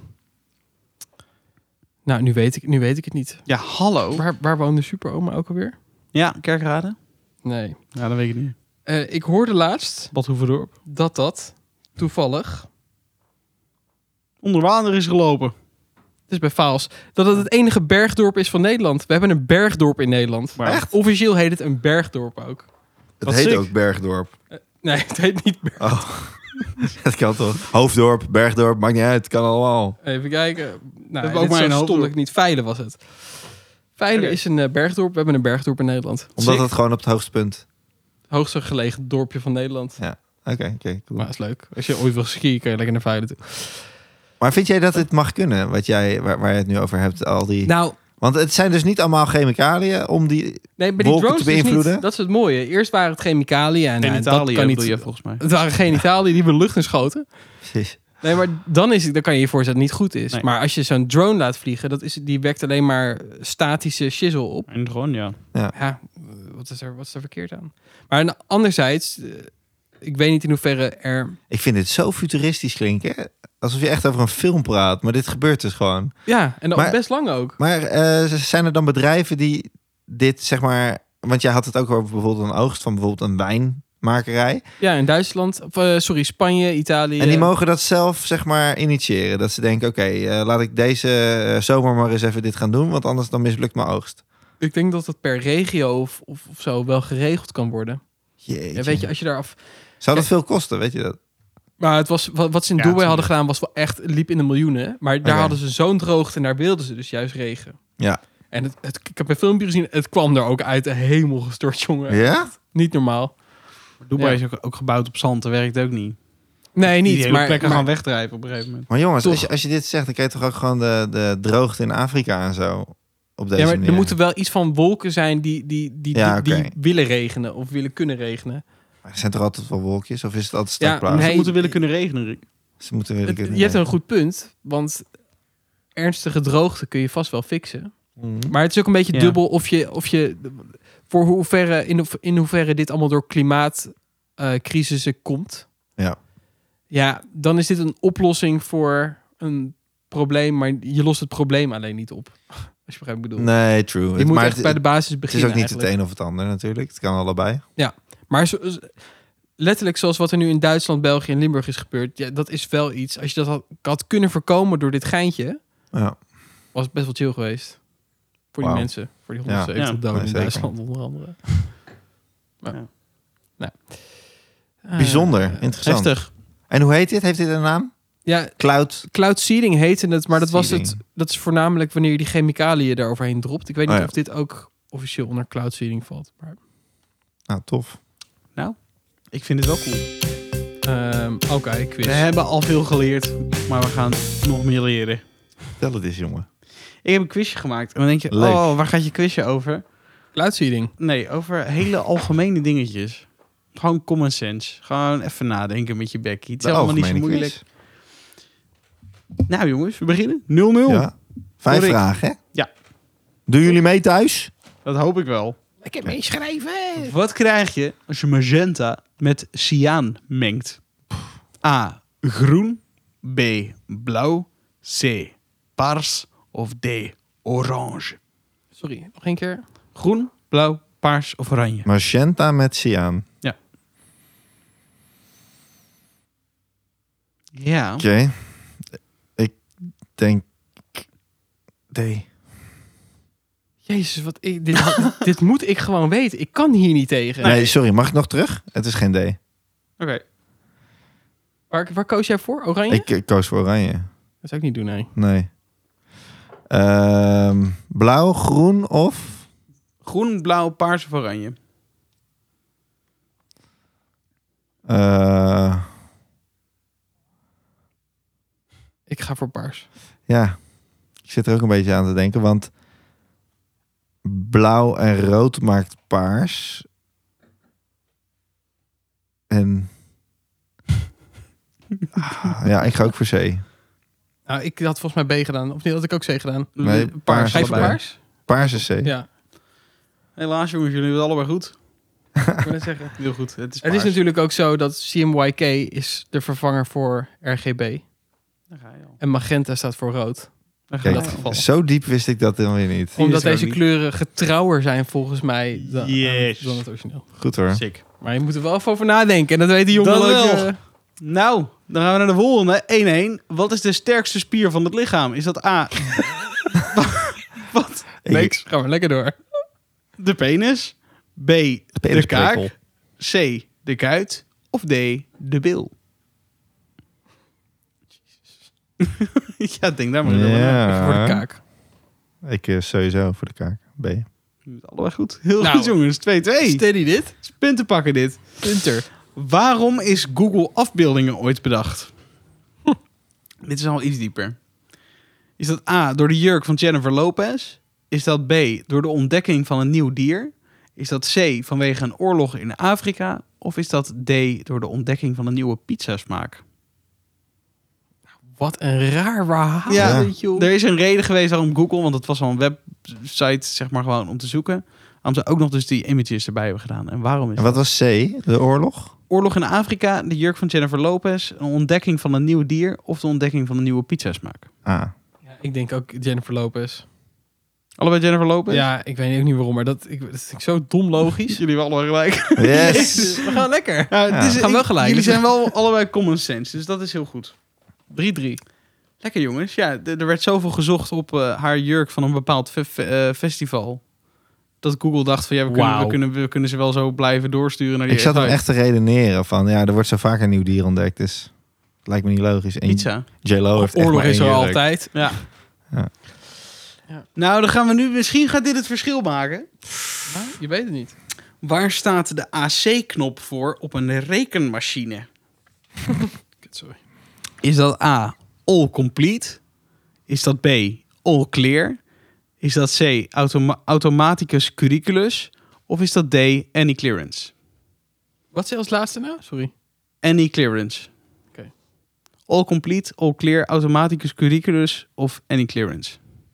Nou, nu weet ik het niet. Ja, hallo. Waar woonde Superoma ook alweer? Ja, Kerkrade? Nee. Ja, dat weet ik niet. Ik hoorde laatst Badhoevedorp. dat toevallig, Onder water is gelopen. het is bij Vaals, dat het enige bergdorp is van Nederland. We hebben een bergdorp in Nederland. Maar Echt? Officieel heet het een bergdorp ook. Het Wat heet sick. ook Bergdorp. Nee, het heet niet berg. Oh. Dat kan toch? Hoofddorp, Bergdorp, maakt niet uit. Het kan allemaal. Even kijken. Nou, hebben ook dit maar zo een stond hoofddorp. ik niet. Veilen was het. Veilen Oké. is een bergdorp. We hebben een bergdorp in Nederland. Omdat Sick. het gewoon op het hoogste punt. Hoogste gelegen dorpje van Nederland. Oké, cool. Maar dat is leuk. Als je ooit wil skiën, kan je lekker naar Veilen toe. Maar vind jij dat het mag kunnen, waar je het nu over hebt? Al die... Nou, Want het zijn dus niet allemaal chemicaliën om die... nee, bij die wolken drones te dus beïnvloeden? niet. Dat is het mooie. Eerst waren het chemicaliën. En In dat Italië kan niet. bedoel je volgens mij. Het waren genitaliën die we de lucht in schoten. Precies. Nee, maar dan kan je je voorstellen dat het niet goed is. Nee. Maar als je zo'n drone laat vliegen, die wekt alleen maar statische shizzle op. En gewoon, ja. Ja, wat is er verkeerd aan? Maar anderzijds, ik weet niet in hoeverre er... Ik vind dit zo futuristisch klinken. Alsof je echt over een film praat. Maar dit gebeurt dus gewoon. Ja, en dat Maar- best lang ook. Maar zijn er dan bedrijven die dit, zeg maar... Want jij had het ook over bijvoorbeeld een oogst van bijvoorbeeld een wijnmakerij. Ja, in Duitsland, Spanje, Italië. En die mogen dat zelf, zeg maar, initiëren. Dat ze denken, oké, laat ik deze zomer maar eens even dit gaan doen. Want anders dan mislukt mijn oogst. Ik denk dat het per regio of zo wel geregeld kan worden. Jeetje. Ja, weet je, als je daaraf... Zou dat veel kosten, weet je dat? Maar het was, wat ze in Ja, Dubai hadden tuurlijk. gedaan was wel echt liep in de miljoenen. Maar daar Oké. hadden ze zo'n droogte en daar wilden ze dus juist regen. Ja. En ik heb een filmpje gezien, het kwam er ook uit de hemel gestort, jongen. Ja? Niet normaal. Dubai Ja. is ook gebouwd op zand. Dat werkt ook niet. Nee, Die niet. hele Maar, plekken maar gaan wegdrijven op een gegeven moment. Maar jongens, Toch. als je dit zegt, dan krijg je toch ook gewoon de droogte in Afrika en zo. Op deze ja, maar manier. er moeten wel iets van wolken zijn die Ja, oké. die willen regenen of willen kunnen regenen. Er zijn toch altijd wel wolkjes? Of is het altijd stokblaas? nee. Ze moeten willen kunnen regenen, Rick. Ze moeten willen kunnen. Je hebt een goed punt, want ernstige droogte kun je vast wel fixen. Mhm. Maar het is ook een beetje Ja. dubbel of je voor hoeverre, in hoeverre dit allemaal door klimaatcrisissen komt. Ja. Ja, dan is dit een oplossing voor een probleem, maar je lost het probleem alleen niet op. Als je begrijpt wat ik bedoel. Nee, true. Je moet maar echt bij de basis het is beginnen ook niet eigenlijk. het een of het ander natuurlijk. Het kan allebei. Maar letterlijk zoals wat er nu in Duitsland, België en Limburg is gebeurd, ja, dat is wel iets. Als je dat had kunnen voorkomen door dit geintje, Ja. was het best wel chill geweest. Voor die Wauw. mensen. Voor die Ja. 170 Ja. doden Nee, in zeker. Duitsland onder andere. Maar, Ja. nou. Bijzonder, interessant. Heftig. En hoe heet dit? Heeft dit een naam? Ja, Cloud. cloud seeding heette het, maar dat was Seeding. het. Dat is voornamelijk wanneer je die chemicaliën daaroverheen dropt. Ik weet niet Oh ja. of dit ook officieel onder cloud seeding valt. Maar... Nou, tof. Ik vind het wel cool. Oké, quiz. We hebben al veel geleerd, maar we gaan nog meer leren. Vertel het eens, jongen. Ik heb een quizje gemaakt. En dan denk je, Leuk. waar gaat je quizje over? Cloud-seeding. Nee, over hele algemene dingetjes. Gewoon common sense. Gewoon even nadenken met je bekkie. Het is De allemaal niet zo algemene moeilijk. quiz. Nou jongens, we beginnen. 0-0. Ja. 5 Hoor ik. vragen, hè? Ja. Doen jullie mee thuis? Dat hoop ik wel. Ik heb meeschrijven. Wat krijg je als je magenta met cyaan mengt? A. Groen. B. Blauw. C. Paars. Of D. Orange. Sorry, nog een keer. Groen, blauw, paars of oranje. Magenta met cyaan. Ja. Oké. Ik denk D. Jezus, dit moet ik gewoon weten. Ik kan hier niet tegen. Nee, sorry. Mag ik nog terug? Het is geen D. Oké. Waar koos jij voor? Oranje? Ik koos voor oranje. Dat zou ik niet doen, nee. Nee. Blauw, groen of... Groen, blauw, paars of oranje. Ik ga voor paars. Ja. Ik zit er ook een beetje aan te denken, want blauw en rood maakt paars. En... ja, ik ga ook voor C. Nou, ik had volgens mij B gedaan. Of niet, had ik ook C gedaan? Nee, paars Ga je voor allebei. paars? Paars is C. Ja, Helaas jongens, jullie hebben het allebei goed. ik wil net zeggen. Heel goed. Het is Het is paars. natuurlijk ook zo dat CMYK is de vervanger voor RGB. Daar ga je al. En magenta staat voor rood. Daar ga je Kijk, al geval. zo diep wist ik dat dan weer niet. Die Omdat is er deze ook niet. kleuren getrouwer zijn volgens mij dan, Yes. dan het origineel. Goed hoor. Sick. Maar je moet er wel even over nadenken. En dat weet die jongen Dat ook. wel. Nou, dan gaan we naar de volgende. 1-1. Wat is de sterkste spier van het lichaam? Is dat A? Wat? Niks. Gaan we lekker door. De penis. B. De kaak. C. De kuit. Of D. De bil. Ja, denk daar maar eens over na. Ik ga voor de kaak. Ik sowieso voor de kaak. B. Je doet allebei goed. Heel Nou. goed jongens. 2-2. Steady dit. Punten pakken dit. Punter. Waarom is Google afbeeldingen ooit bedacht? Dit is al iets dieper. Is dat A, door de jurk van Jennifer Lopez? Is dat B, door de ontdekking van een nieuw dier? Is dat C, vanwege een oorlog in Afrika? Of is dat D, door de ontdekking van een nieuwe pizzasmaak? Wat een raar verhaal. Ja, weet je wel. er is een reden geweest waarom Google, want het was al een website, zeg maar gewoon om te zoeken. Waarom ze ook nog dus die images erbij hebben gedaan. En waarom is En wat was C? De oorlog? oorlog in Afrika, de jurk van Jennifer Lopez, een ontdekking van een nieuw dier of de ontdekking van een nieuwe pizzasmaak? Ah. Ja, ik denk ook Jennifer Lopez. Allebei Jennifer Lopez? Ja, ik weet ook niet waarom, maar dat vind ik zo dom logisch. Jullie hebben allebei gelijk. Yes. We gaan lekker. Ja, Ja. dus We gaan wel gelijk. Jullie zijn wel allebei common sense, dus dat is heel goed. 3-3. Lekker jongens. Ja, er werd zoveel gezocht op haar jurk van een bepaald festival. Dat Google dacht van ja, we kunnen ze wel zo blijven doorsturen naar die Ik zat hem site. echt te redeneren van, ja, er wordt zo vaak een nieuw dier ontdekt, dus het lijkt me niet logisch. En Pizza. J-Lo heeft echt Oorlog maar is één er jurk. altijd. Ja. Ja. Ja. Nou, dan gaan we nu... Misschien gaat dit het verschil maken. Nou, je weet het niet. Waar staat de AC-knop voor op een rekenmachine? Sorry. Is dat A, all complete? Is dat B, all clear? Is dat C, automaticus curriculus? Of is dat D, any clearance? Wat zei als laatste nou? Sorry. Any clearance. Oké. All complete, all clear, automaticus curriculus of any clearance?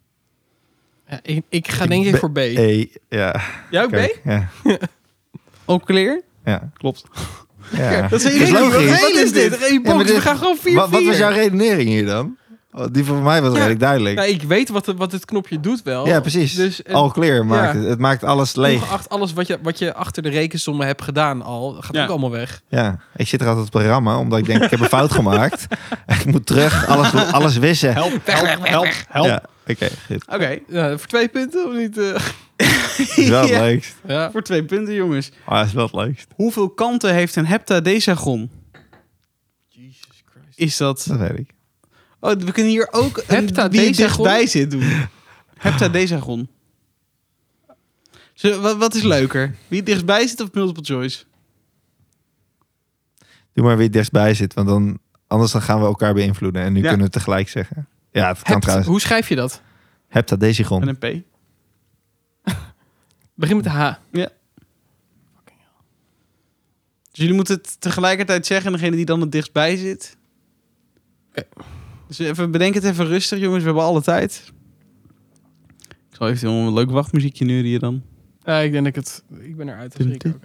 Ja, ik ga denk ik voor B. Ja. Jij ook Kijk, B? ja. All clear? Ja. Klopt. Ja. Dat zijn is jullie. logisch. Wat is dit? Geen box, Ja, maar dit- we gaan gewoon 4-4. Wat was jouw redenering hier dan? Oh, die voor mij was redelijk duidelijk. Nou, ik weet wat het knopje doet wel. Ja, precies. Dus, All clear maakt ja. het. Het maakt alles leeg. ongeacht alles wat je achter de rekensommen hebt gedaan al, gaat Ja. ook allemaal weg. Ja, ik zit er altijd op te rammen, omdat ik denk, ik heb een fout gemaakt. Ik moet terug, alles wissen. Help. Ja, oké, goed. Oké. Ja, voor 2 punten of niet? Is wel het Ja. leukst. Ja. Voor 2 punten, jongens. Ah, is wel het leukst. Hoeveel kanten heeft een heptadecagon? Jesus Christ. Is dat... Dat weet ik. Oh, we kunnen hier ook wie Heptadecagon? dichtbij zit doen. Heptadecagon. Wat is leuker? Wie dichtbij zit of multiple choice? Doe maar wie het dichtstbij zit, want anders dan gaan we elkaar beïnvloeden. En nu Ja. kunnen we tegelijk zeggen. Ja, het kan trouwens. Hoe schrijf je dat? Heptadecigon. Met een P. Begin met de H. Dus jullie moeten het tegelijkertijd zeggen. En degene die dan het dichtstbij zit. Oké. Dus bedenk het even rustig, jongens. We hebben alle tijd. Ik zal eventueel een leuk wachtmuziekje neurien dan. Ik denk dat ik ben eruit. Dus Rick ook.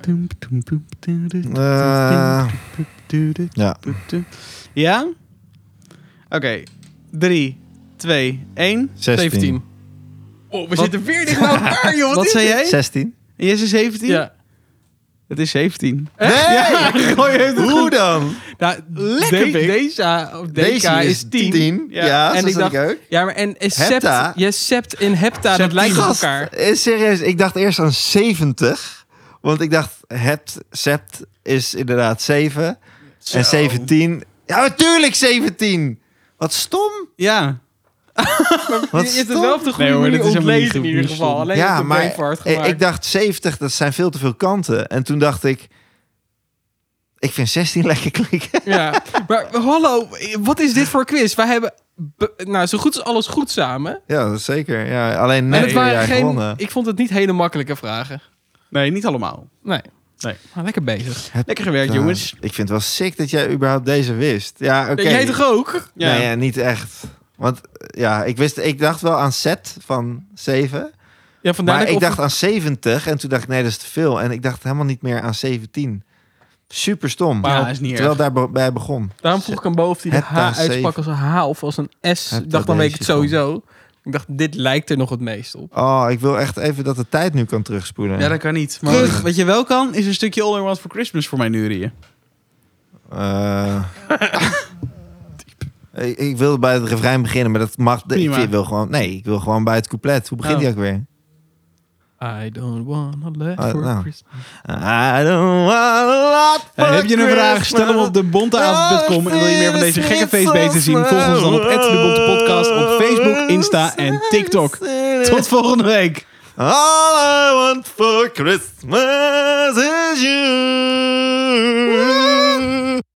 Ja. Ja? Oké. 3, 2, 1. 17. Oh, we zitten weer dicht bij elkaar, joh. Wat zei jij? 16. En jij zei 17? Ja. Het is 17. Nee! Gooi heeft het Hoe goed. dan? Nou, Lekker, Pik. Deze is 10. Ja, En zo ik zat dacht- ik ook. Ja, maar en Hepta? sept, je sept in hepta, dat lijkt op Gast, elkaar. serieus, ik dacht eerst aan 70. Want ik dacht, sept is inderdaad 7. En 17. Ja, natuurlijk 17. Wat stom. Ja. Wat Je hebt het stom. wel op de goede Nee, hoor, dit manier is helemaal ontlezen niet in ieder goed. geval. Alleen Ja, op de maar brainfart gemaakt. ik dacht 70, dat zijn veel te veel kanten. En toen dacht ik vind 16 lekker klikken. Ja, maar hallo, wat is dit voor quiz? Wij hebben zo goed als alles goed samen. Ja, dat is zeker. Ja, alleen En net het waren jij gewonnen. ik vond het niet hele makkelijke vragen. Nee, niet allemaal. Nee. Nee. Maar lekker bezig. Lekker gewerkt, jongens. Ik vind het wel sick dat jij überhaupt deze wist. Ja, oké. Jij toch ook? Ja. Nee, niet echt. Want ja, ik dacht wel aan set van 7. Ja, vandaar Maar dat ik dacht aan 70 en toen dacht ik nee, dat is te veel. En ik dacht helemaal niet meer aan 17. Super stom. Ja, is niet Terwijl erg. daarbij begon. Daarom vroeg ik hem boven die de H Hepta, uitsprak als een H of als een S. Hepta, Ik dacht, dan weet ik het deze sowieso. Ik dacht, dit lijkt er nog het meest op. Oh, ik wil echt even dat de tijd nu kan terugspoelen. Ja, dat kan niet. Maar wat je wel kan, is een stukje All I Want For Christmas voor mij neurieën. Ik wil bij het refrein beginnen, maar dat mag. Prima. Ik wil gewoon bij het couplet. Hoe begint Oh. die ook weer? I don't wanna let Ah, for nou. Christmas. I don't want a lot for Heb je een vraag? Christmas. Stel hem op debonteavond.com. En wil je meer van deze gekke feestbeesten zien? Volg ons dan op @debontepodcast op Facebook, Insta en TikTok. Tot volgende week. All I want for Christmas is you.